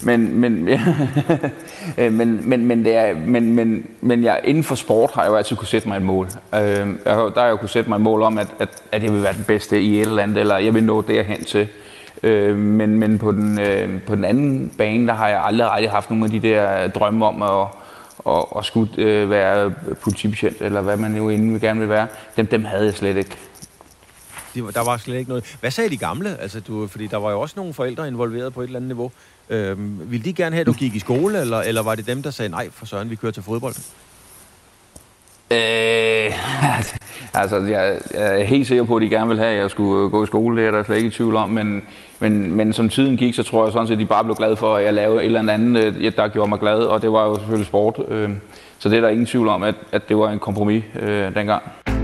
Men jeg inden for sport har jeg jo altid kunne sætte mig et mål. Der har jeg jo kunne sætte mig et mål om, at jeg vil være den bedste i et eller andet, eller jeg vil nå derhen til. Men på den anden bane, der har jeg aldrig haft nogen af de der drømme om at skulle være politibetjent, eller hvad man jo egentlig gerne vil være. Dem havde jeg slet ikke. Der var slet ikke noget. Hvad sagde de gamle? Altså, fordi der var jo også nogle forældre involveret på et eller andet niveau. Ville de gerne have, at du gik i skole, eller var det dem, der sagde, nej, for søren, vi kører til fodbold? Altså, jeg er helt sikker på, at de gerne ville have, at jeg skulle gå i skole. Det er der slet ikke i tvivl om. Men som tiden gik, så tror jeg sådan set, at de bare blev glade for, at jeg lavede et eller andet, der gjorde mig glad. Og det var jo selvfølgelig sport. Så det er der ingen tvivl om, at det var en kompromis dengang.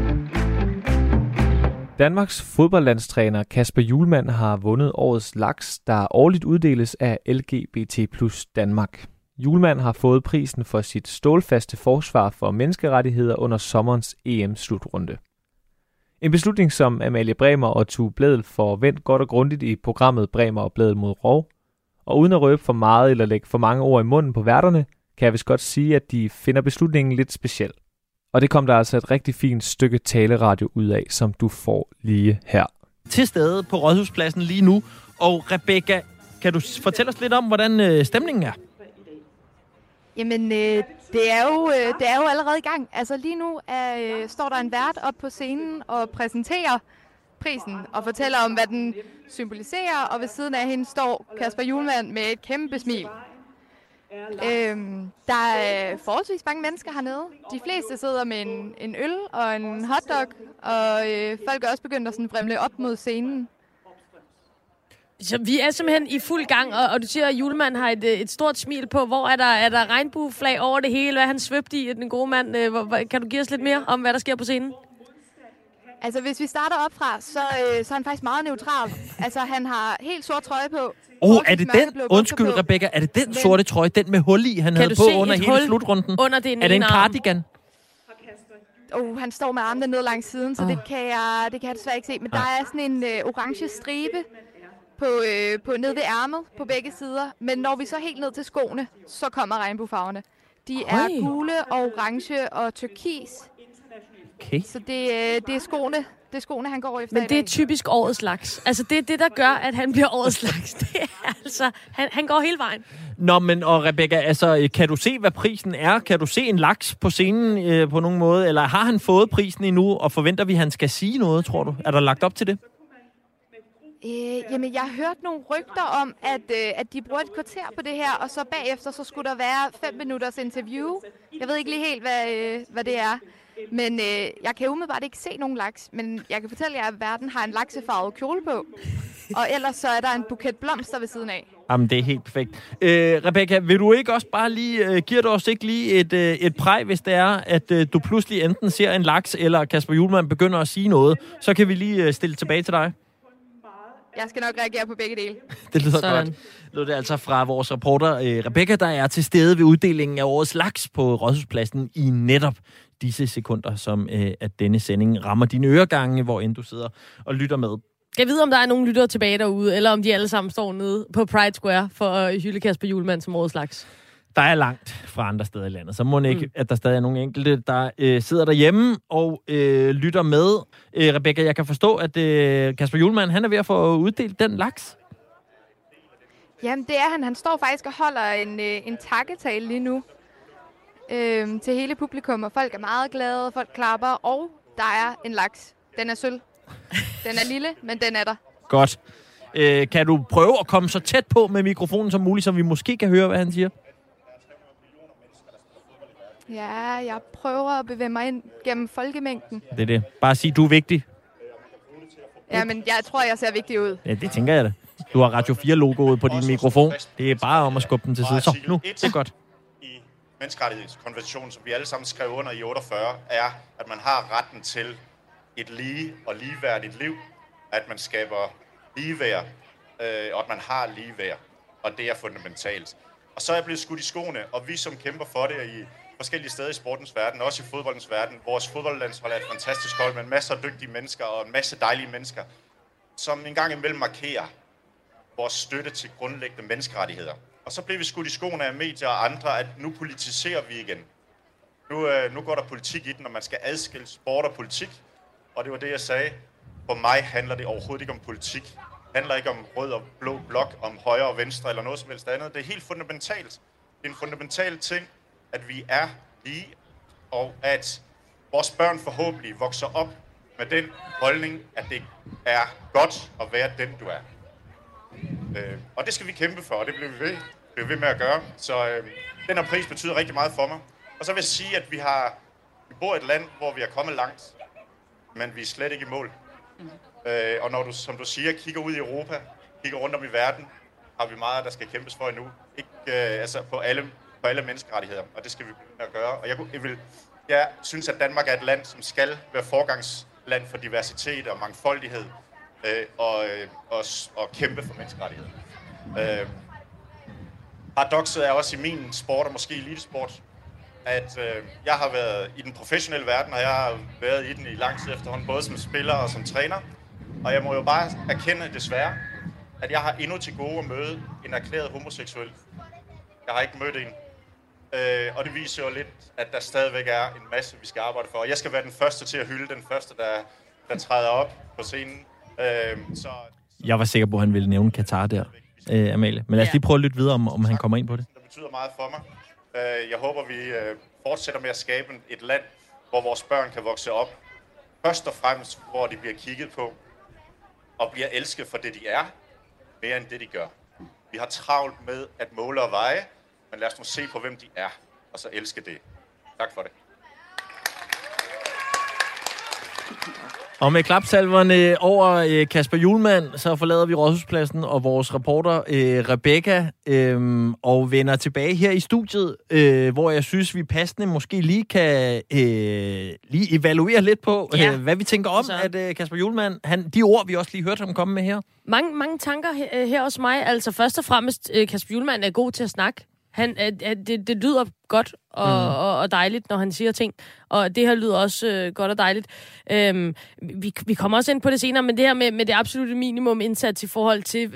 Danmarks fodboldlandstræner Kasper Hjulmand har vundet årets laks, der årligt uddeles af LGBT+ Danmark. Hjulmand har fået prisen for sit stålfaste forsvar for menneskerettigheder under sommerens EM-slutrunde. En beslutning, som Amalie Bremer og Tue Blædel får vendt godt og grundigt i programmet Bremer og Blædel mod Rov. Og uden at røbe for meget eller lægge for mange ord i munden på værterne, kan jeg vist godt sige, at de finder beslutningen lidt speciel. Og det kom der altså et rigtig fint stykke taleradio ud af, som du får lige her. Til stede på Rådhuspladsen lige nu. Og Rebecca, kan du fortælle os lidt om, hvordan stemningen er? Jamen, det er jo allerede i gang. Altså lige nu står der en vært op på scenen og præsenterer prisen og fortæller om, hvad den symboliserer. Og ved siden af hende står Kasper Hjulmand med et kæmpe smil. Der er forholdsvis mange mennesker hernede. De fleste sidder med en øl og en hotdog, og folk er også begyndt at sådan fremle op mod scenen. Så vi er simpelthen i fuld gang, og du siger, at Hjulmand har et stort smil på. Hvor er der regnbueflag over det hele? Hvad er han svøbt i, den gode mand? Kan du give os lidt mere om, hvad der sker på scenen? Altså, hvis vi starter op fra, så er han faktisk meget neutral. Altså, han har helt sort trøje på. Er det den? Undskyld, Rebecca. Er det den sorte trøje, den med hul i, han havde på under hele slutrunden? Under den er det en cardigan? Han står med armene ned langs siden, så det kan jeg desværre ikke se. Men der er sådan en orange stribe på ned ved ærmet på begge sider. Men når vi så helt ned til skoene, så kommer regnbuefarverne. De er gule og orange og turkis. Okay. Så det er skoene. Det er skoene, han går efter. Men det er typisk årets laks. Altså, det er det, der gør, at han bliver årets laks. Det er altså... Han går hele vejen. Nå, men og Rebecca, altså, kan du se, hvad prisen er? Kan du se en laks på scenen på nogen måde? Eller har han fået prisen endnu, og forventer vi, at han skal sige noget, tror du? Er der lagt op til det? Jamen, jeg har hørt nogle rygter om, at de bruger et kvarter på det her, og så bagefter så skulle der være 5 minutters interview. Jeg ved ikke lige helt, hvad det er. Men jeg kan umiddelbart ikke se nogen laks, men jeg kan fortælle jer, at verden har en laksefarvet kjole på. Og ellers så er der en buket blomster ved siden af. Jamen, det er helt perfekt. Rebecca, vil du ikke også bare lige, giver du os ikke lige et præg, hvis det er, at du pludselig enten ser en laks, eller Kasper Hjulmand begynder at sige noget, så kan vi lige stille tilbage til dig. Jeg skal nok reagere på begge dele. Det lyder godt. Det lyder altså fra vores reporter Rebecca, der er til stede ved uddelingen af årets laks på Rådhuspladsen i netop disse sekunder, som at denne sending rammer dine øregange, hvor end du sidder og lytter med. Jeg ved, om der er nogen lyttere tilbage derude, eller om de alle sammen står nede på Pride Square for at hylde Kasper Hjulmand som årets laks. Der er langt fra andre steder i landet, så må ikke, at der stadig er nogle enkelte, der sidder derhjemme og lytter med. Rebecca, jeg kan forstå, at Kasper Hjulmand, han er ved at få uddelt den laks. Jamen, det er han. Han står faktisk og holder en takketale lige nu. til hele publikum, og folk er meget glade, folk klapper, og der er en laks. Den er sølv. Den er lille, men den er der. Godt. Kan du prøve at komme så tæt på med mikrofonen som muligt, så vi måske kan høre, hvad han siger? Ja, jeg prøver at bevæge mig ind gennem folkemængden. Det er det. Bare sig, du er vigtig. Ja, men jeg tror, jeg ser vigtig ud. Ja, det tænker jeg da. Du har Radio 4-logoet på din mikrofon. Det er bare om at skubbe den til side. Så, nu. Det er godt. I menneskerettighedskonventionen, som vi alle sammen skrev under i 48, er, at man har retten til et lige og ligeværdigt liv. At man skaber ligeværd, og at man har ligeværd. Og det er fundamentalt. Og så er jeg blevet skudt i skoene, og vi som kæmper for det i forskellige steder i sportens verden, også i fodboldens verden. Vores fodboldlandshold er et fantastisk hold med masser af dygtige mennesker og en masse dejlige mennesker, som en gang imellem markerer vores støtte til grundlæggende menneskerettigheder. Og så blev vi skudt i skoene af medier og andre, at nu politiserer vi igen. Nu går der politik i den, og man skal adskille sport og politik. Og det var det, jeg sagde. For mig handler det overhovedet ikke om politik. Det handler ikke om rød og blå blok, om højre og venstre eller noget som helst andet. Det er helt fundamentalt. Det er en fundamental ting, at vi er lige, og at vores børn forhåbentlig vokser op med den holdning, at det er godt at være den, du er. Og det skal vi kæmpe for, og det bliver vi ved med at gøre. Så den her pris betyder rigtig meget for mig. Og så vil jeg sige, at vi bor i et land, hvor vi er kommet langt, men vi er slet ikke i mål. Og når du, som du siger, kigger ud i Europa, kigger rundt om i verden, har vi meget, der skal kæmpes for endnu. Ikke altså på alle menneskerettigheder, og det skal vi begynde at gøre. Og jeg synes, at Danmark er et land, som skal være forgangsland for diversitet og mangfoldighed, og kæmpe for menneskerettigheder. Paradokset er også i min sport, og måske elitesport, at jeg har været i den professionelle verden, og jeg har været i den i lang tid efterhånden, både som spiller og som træner. Og jeg må jo bare erkende, desværre, at jeg har endnu til gode at møde en erklæret homoseksuel. Jeg har ikke mødt en. Og det viser jo lidt, at der stadigvæk er en masse, vi skal arbejde for. Og jeg skal være den første til at hylde, den første, der træder op på scenen. Jeg var sikker på, at han ville nævne Katar der, Amalie. Men lad os lige prøve at lytte videre, om han kommer ind på det. Det betyder meget for mig. Jeg håber, vi fortsætter med at skabe et land, hvor vores børn kan vokse op. Først og fremmest, hvor de bliver kigget på og bliver elsket for det, de er, mere end det, de gør. Vi har travlt med at måle og veje, men lad os nu se på, hvem de er, og så elske det. Tak for det. Og med klapsalverne over Kasper Hjulmand, så forlader vi Rådhuspladsen og vores reporter Rebecca og vender tilbage her i studiet, hvor jeg synes, vi passende måske lige kan lige evaluere lidt på, hvad vi tænker om, at Kasper Hjulmand, de ord, vi også lige hørte ham komme med her. Mange tanker her hos mig. Altså først og fremmest, Kasper Hjulmand er god til at snakke. Det lyder godt og dejligt, når han siger ting. Og det her lyder også godt og dejligt. Vi kommer også ind på det senere, men det her med det absolutte minimum indsats i forhold til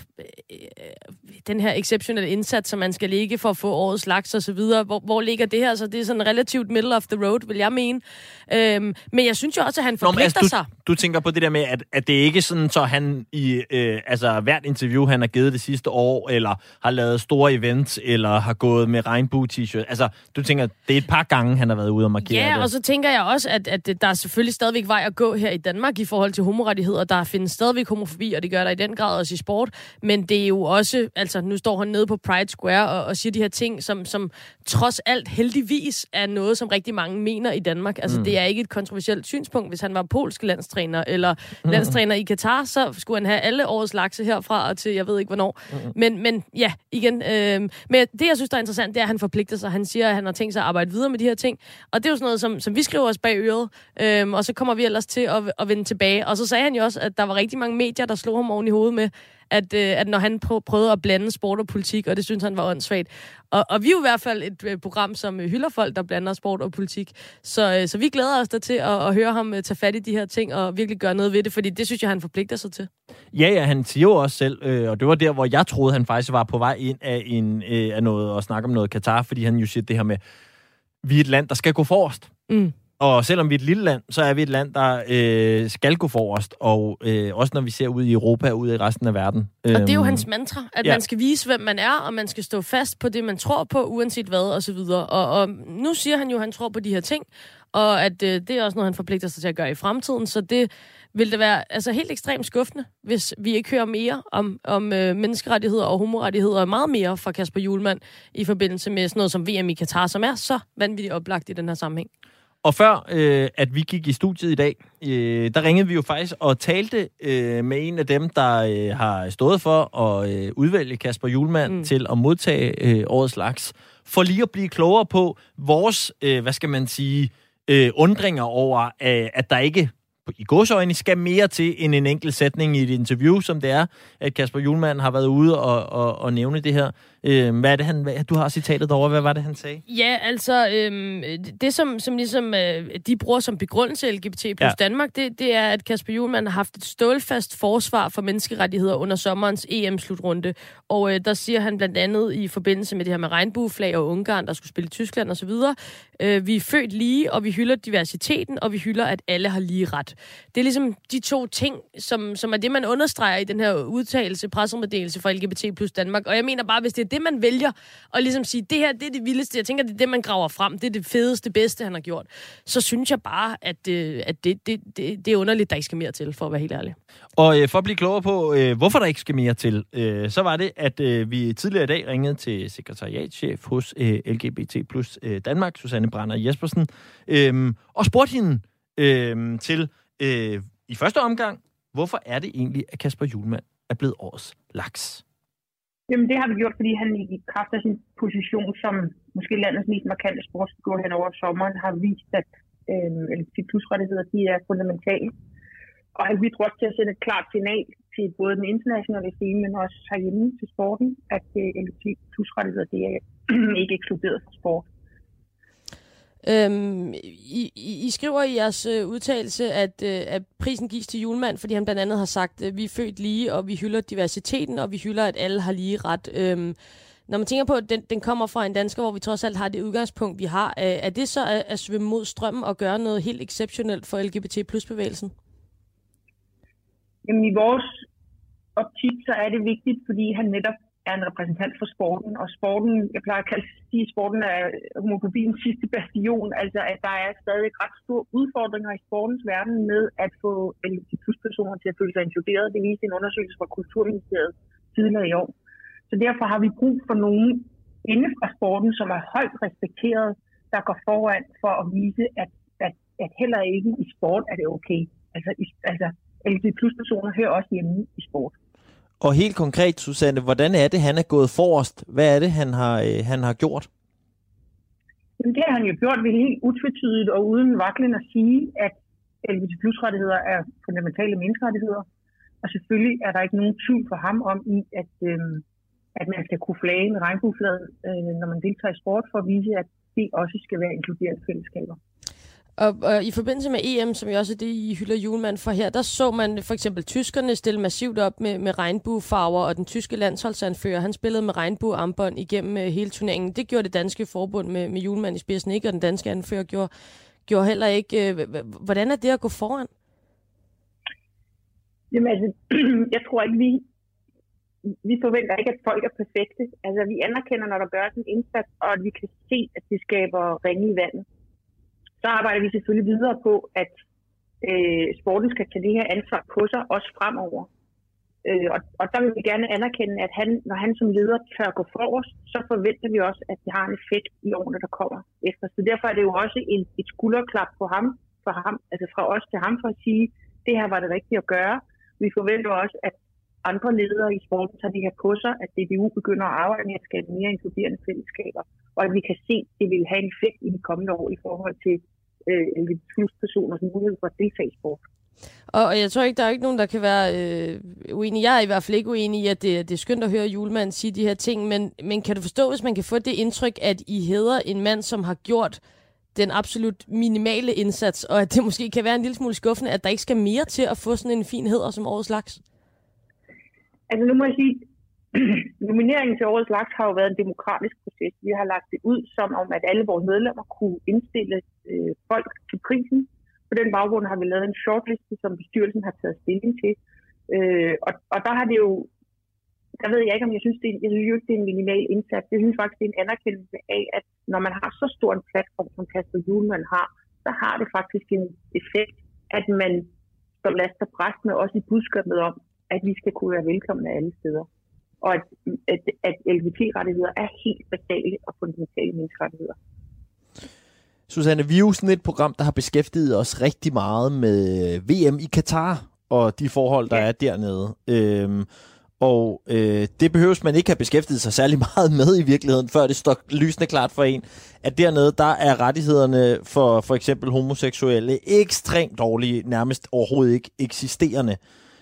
den her exceptionelle indsats, som man skal lægge for at få årets laks og så videre. Hvor ligger det her? Så det er sådan relativt middle of the road, vil jeg mene. Men jeg synes jo også, at han forpligter sig. Du tænker på det der med, at det ikke sådan, så han i hvert interview, han har givet det sidste år, eller har lavet store events, eller har gået med regnbue-t-shirt. Altså, du tænker, det er et par gange, han har været ude og markere det. Ja, og så tænker jeg også, at der er selvfølgelig stadigvæk vej at gå her i Danmark i forhold til homorettigheder. Der findes stadigvæk homofobi, og det gør der i den grad også i sport. Men det er jo også, altså nu står han nede på Pride Square og siger de her ting, som trods alt heldigvis er noget, som rigtig mange mener i Danmark. Altså det er ikke et kontroversielt synspunkt. Hvis han var polsk landstræner eller landstræner i Katar, så skulle han have alle årets lakse herfra og til jeg ved ikke hvornår. Men ja, igen. Men det, jeg synes, der er interessant, det er, at han forpligter sig. Han siger, at han har tænkt sig at arbejde videre med de her ting. Og det er jo sådan noget, som vi skriver os bag øret. Og så kommer vi ellers til at vende tilbage. Og så sagde han jo også, at der var rigtig mange medier, der slog ham oven i hovedet med, at når han prøvede at blande sport og politik, og det synes han var åndssvagt. Og vi er jo i hvert fald et program, som hylder folk, der blander sport og politik. Så vi glæder os da til at høre ham tage fat i de her ting og virkelig gøre noget ved det, fordi det synes jeg, han forpligter sig til. Ja, han siger jo også selv, og det var der, hvor jeg troede, han faktisk var på vej ind af noget og snakke om noget Katar, fordi han jo siger det her med, vi er et land, der skal gå forrest. Og selvom vi er et lille land, så er vi et land, der skal gå forrest, og også når vi ser ud i Europa og ud i resten af verden. Og det er jo hans mantra, at man skal vise, hvem man er, og man skal stå fast på det, man tror på, uanset hvad, og så videre. Og nu siger han jo, at han tror på de her ting, og at det er også noget, han forpligter sig til at gøre i fremtiden, så det vil det være altså helt ekstremt skuffende, hvis vi ikke hører mere om menneskerettigheder og homorettigheder, og meget mere fra Kasper Hjulmand i forbindelse med sådan noget som VM i Katar, som er så vanvittigt oplagt i den her sammenhæng. Og før at vi gik i studiet i dag, der ringede vi jo faktisk og talte med en af dem, der har stået for at udvælge Kasper Hjulmand til at modtage årets laks, for lige at blive klogere på vores, hvad skal man sige, undringer over, at der ikke i gåseøjne skal mere til end en enkelt sætning i et interview, som det er, at Kasper Hjulmand har været ude og nævne det her. Hvad er det, du har citatet derovre? Hvad var det, han sagde? Ja, altså, det som ligesom de bruger som begrundelse LGBT plus Danmark, det er, at Kasper Hjulmand har haft et stålfast forsvar for menneskerettigheder under sommerens EM-slutrunde. Og der siger han blandt andet i forbindelse med det her med regnbueflag og Ungarn, der skulle spille i Tyskland osv., vi er født lige, og vi hylder diversiteten, og vi hylder, at alle har lige ret. Det er ligesom de to ting, som er det, man understreger i den her udtalelse, pressemeddelelse for LGBT plus Danmark. Og jeg mener bare, hvis det er det, man vælger, og ligesom sige, det her, det er det vildeste, jeg tænker, det er det, man graver frem, det er det fedeste, bedste, han har gjort, så synes jeg bare, at det er underligt, der ikke skal mere til, for at være helt ærlig. Og for at blive klogere på, hvorfor der ikke skal mere til, så var det, at vi tidligere i dag ringede til sekretariatschef hos LGBT plus Danmark, Susanne Brander Jespersen, og spurgte hende til i første omgang, hvorfor er det egentlig, at Kasper Hjulmand er blevet årets laks? Jamen det har vi gjort, fordi han i kraft af sin position som måske landets mest markante sportsfigur hen over sommeren har vist, at LGBT+-rettigheder de er fundamentale. Og han bidrog til at sende et klart signal til både den internationale scene, men også herhjemme til sporten, at LGBT+-rettigheder det er ikke ekskluderet fra sport. I skriver i jeres udtalelse, at prisen gives til Hjulmand, fordi han blandt andet har sagt, at vi er født lige, og vi hylder diversiteten, og vi hylder, at alle har lige ret. Når man tænker på, at den kommer fra en dansker, hvor vi trods alt har det udgangspunkt, vi har, er det så at svømme mod strømmen og gøre noget helt exceptionelt for LGBT+-bevægelsen? Jamen i vores optik, så er det vigtigt, fordi han netop er en repræsentant for sporten, og sporten, jeg plejer at sige, sporten er homofobiens sidste bastion, altså at der er stadig ret store udfordringer i sportens verden med at få LGBT+-personer til at føle sig inkluderet. Det viste en undersøgelse fra Kulturministeriet tidligere i år. Så derfor har vi brug for nogen inde fra sporten, som er højt respekteret, der går foran for at vise, at heller ikke i sport er det okay. Altså LGBT+-personer hører også hjemme i sport. Og helt konkret, Susanne, hvordan er det, han er gået forrest? Hvad er det, han har gjort? Jamen, det har han jo gjort ved helt utvetydigt og uden vaklen at sige, at LGBT+-rettigheder er fundamentale menneskerettigheder. Og selvfølgelig er der ikke nogen tvivl for ham om, at man skal kunne flage med regnbueflaget, når man deltager i sport, for at vise, at det også skal være inkluderende fællesskaber. Og i forbindelse med EM, som jo også er det, I hylder Hjulmand for her, der så man for eksempel tyskerne stille massivt op med regnbuefarver, og den tyske landsholdsanfører, han spillede med regnbuearmbånd igennem hele turneringen. Det gjorde det danske forbund med Hjulmand i spidsen ikke, og den danske anfører gjorde heller ikke. Hvordan er det at gå foran? Jamen altså, jeg tror ikke, vi forventer ikke, at folk er perfekte. Altså, vi anerkender, når der gøres en indsats, og at vi kan se, at det skaber ringe i vandet. Så arbejder vi selvfølgelig videre på, at sporten skal tage det her ansvar på sig, også fremover. Og der vil vi gerne anerkende, at når han som leder tør gå forrest, så forventer vi også, at det har en effekt i årene, der kommer efter. Så derfor er det jo også et skulderklap for ham, altså fra os til ham, for at sige, det her var det rigtige at gøre. Vi forventer også, at andre ledere i sporten tager det her på sig, at DBU begynder at arbejde med at skabe mere inkluderende fællesskaber, og at vi kan se, at det vil have en effekt i de kommende år i forhold til LGBT+-personers mulighed for at deltage i sport. Og jeg tror ikke, der er ikke nogen, der kan være uenig. Jeg er i hvert fald ikke uenig i, at det er skønt at høre Hjulmand sige de her ting, men kan du forstå, hvis man kan få det indtryk, at I hedder en mand, som har gjort den absolut minimale indsats, og at det måske kan være en lille smule skuffende, at der ikke skal mere til at få sådan en fin hæder som årets laks? Altså nu må jeg sige, Nomineringen til årets laks har jo været en demokratisk proces. Vi har lagt det ud som om, at alle vores medlemmer kunne indstille folk til prisen. På den baggrund har vi lavet en shortliste, som bestyrelsen har taget stilling til. Og der har det jo, der ved jeg ikke, om jeg synes, det er en minimal indsats. Jeg synes faktisk, det er en anerkendelse af, at når man har så stor en platform, som Kasper Hjulmand har, så har det faktisk en effekt, at man står last og bræst med os i budskabet om, at vi skal kunne være velkomne alle steder. Og at LGBT-rettigheder er helt basale og fundamentale menneskerettigheder. Susanne, vi er jo sådan et program, der har beskæftiget os rigtig meget med VM i Katar og de forhold, der er dernede. Det behøves man ikke have beskæftiget sig særlig meget med i virkeligheden, før det står lysende klart for en, at dernede, der er rettighederne for eksempel homoseksuelle ekstremt dårlige, nærmest overhovedet ikke eksisterende.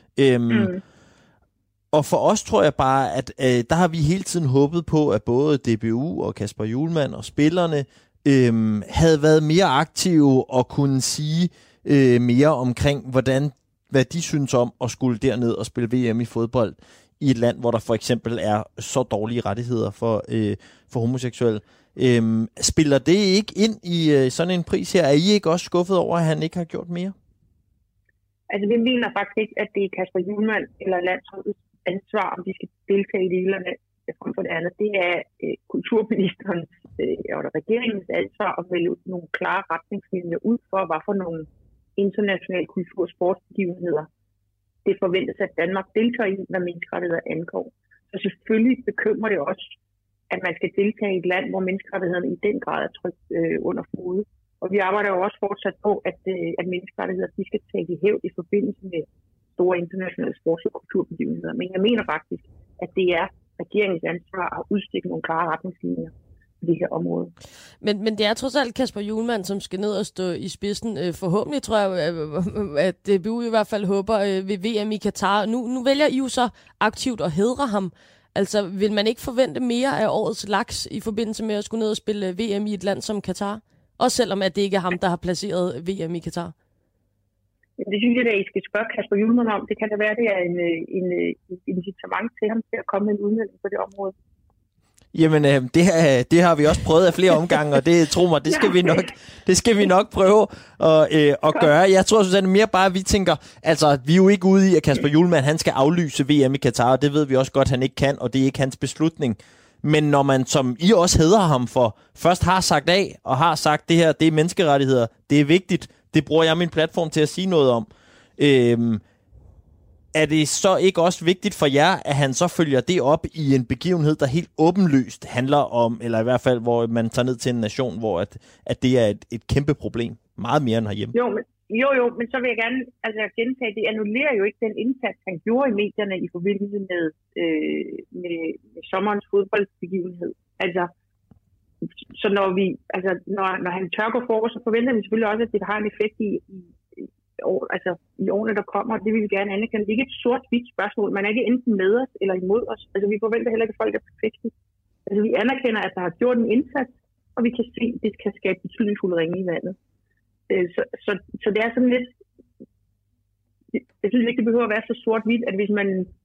Og for os tror jeg bare, at der har vi hele tiden håbet på, at både DBU og Kasper Hjulmand og spillerne havde været mere aktive og kunne sige mere omkring, hvad de synes om at skulle derned og spille VM i fodbold i et land, hvor der for eksempel er så dårlige rettigheder for homoseksuelle. Spiller det ikke ind i sådan en pris her? Er I ikke også skuffet over, at han ikke har gjort mere? Altså, vi mener faktisk ikke, at det er Kasper Hjulmand eller landsholdets ansvar, om de skal deltage i reglerne frem for det andet. Det er kulturministerens og regeringens ansvar at vælge nogle klare retningslinjer ud for, hvad for nogle internationale kultur- og sportsbegivenheder det forventes, at Danmark deltager i, hvad menneskerettigheder angår. Så selvfølgelig bekymrer det også, at man skal deltage i et land, hvor menneskerettighederne i den grad er trykt under fode. Og vi arbejder jo også fortsat på, at menneskerettigheder de skal tage i hævd i forbindelse med store internationale sports- og kulturbegivenheder. Men jeg mener faktisk, at det er regeringens ansvar at udstikke nogle klare retningslinjer på det her område. Men det er trods alt Kasper Hjulmand, som skal ned og stå i spidsen. Forhåbentlig tror jeg, at DBU i hvert fald håber ved VM i Katar. Nu vælger I jo så aktivt at hædre ham. Altså, vil man ikke forvente mere af årets laks i forbindelse med at skulle ned og spille VM i et land som Katar? Også selvom at det ikke er ham, der har placeret VM i Katar. Det synes jeg, at I skal spørge Kasper Hjulmand om. Det kan da være, det er en incitament til ham til at komme med en udmelding på det område. Jamen, det har vi også prøvet af flere omgange, og det, tro mig, det skal vi nok prøve at gøre. Jeg tror, Susanne, mere bare, at vi tænker, altså, vi er jo ikke ude i, at Kasper Hjulmand, han skal aflyse VM i Katar, og det ved vi også godt, han ikke kan, og det er ikke hans beslutning. Men når man, som I også hedder ham for, først har sagt af, og har sagt, det her, det er menneskerettigheder, det er vigtigt, det bruger jeg min platform til at sige noget om. Er det så ikke også vigtigt for jer, at han så følger det op i en begivenhed, der helt åbenlyst handler om, eller i hvert fald, hvor man tager ned til en nation, hvor at det er et kæmpe problem, meget mere end herhjemme? Jo, men så vil jeg gerne gentage, det annullerer jo ikke den indsats, han gjorde i medierne i forbindelse med sommerens fodboldbegivenhed. Altså, så når han tør gå forward, så forventer vi selvfølgelig også, at det har en effekt i årene, der kommer, og det vil vi gerne anerkende. Det er ikke et sort-hvidt spørgsmål. Man er ikke enten med os eller imod os. Altså, vi forventer heller ikke, at folk er perfekte. Altså, vi anerkender, at der har gjort en indsats, og vi kan se, at det kan skabe betydningsfulde ringe i vandet. Så det er sådan lidt... Jeg synes ikke, det behøver at være så sort-hvidt, at hvis man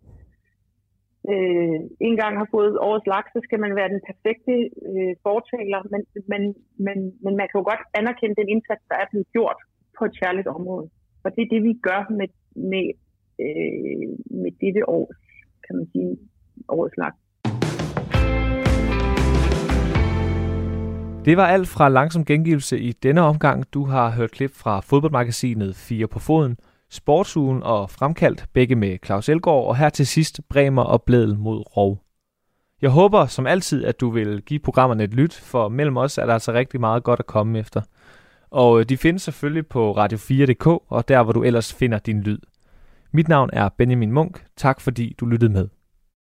en gang har fået årets laks, så skal man være den perfekte fortaler, men man kan jo godt anerkende den indsats, der er blevet gjort på et særligt område. Og det er det, vi gør med dette års, kan man sige, årets laks. Det var alt fra Langsom Gengivelse i denne omgang. Du har hørt klip fra fodboldmagasinet 4 på foden, Sportsugen og Fremkaldt, begge med Claus Elgaard, og her til sidst Bremer og Blædel mod Rov. Jeg håber som altid, at du vil give programmerne et lyt, for mellem os er der altså rigtig meget godt at komme efter. Og de findes selvfølgelig på radio4.dk og der, hvor du ellers finder din lyd. Mit navn er Benjamin Munk. Tak fordi du lyttede med.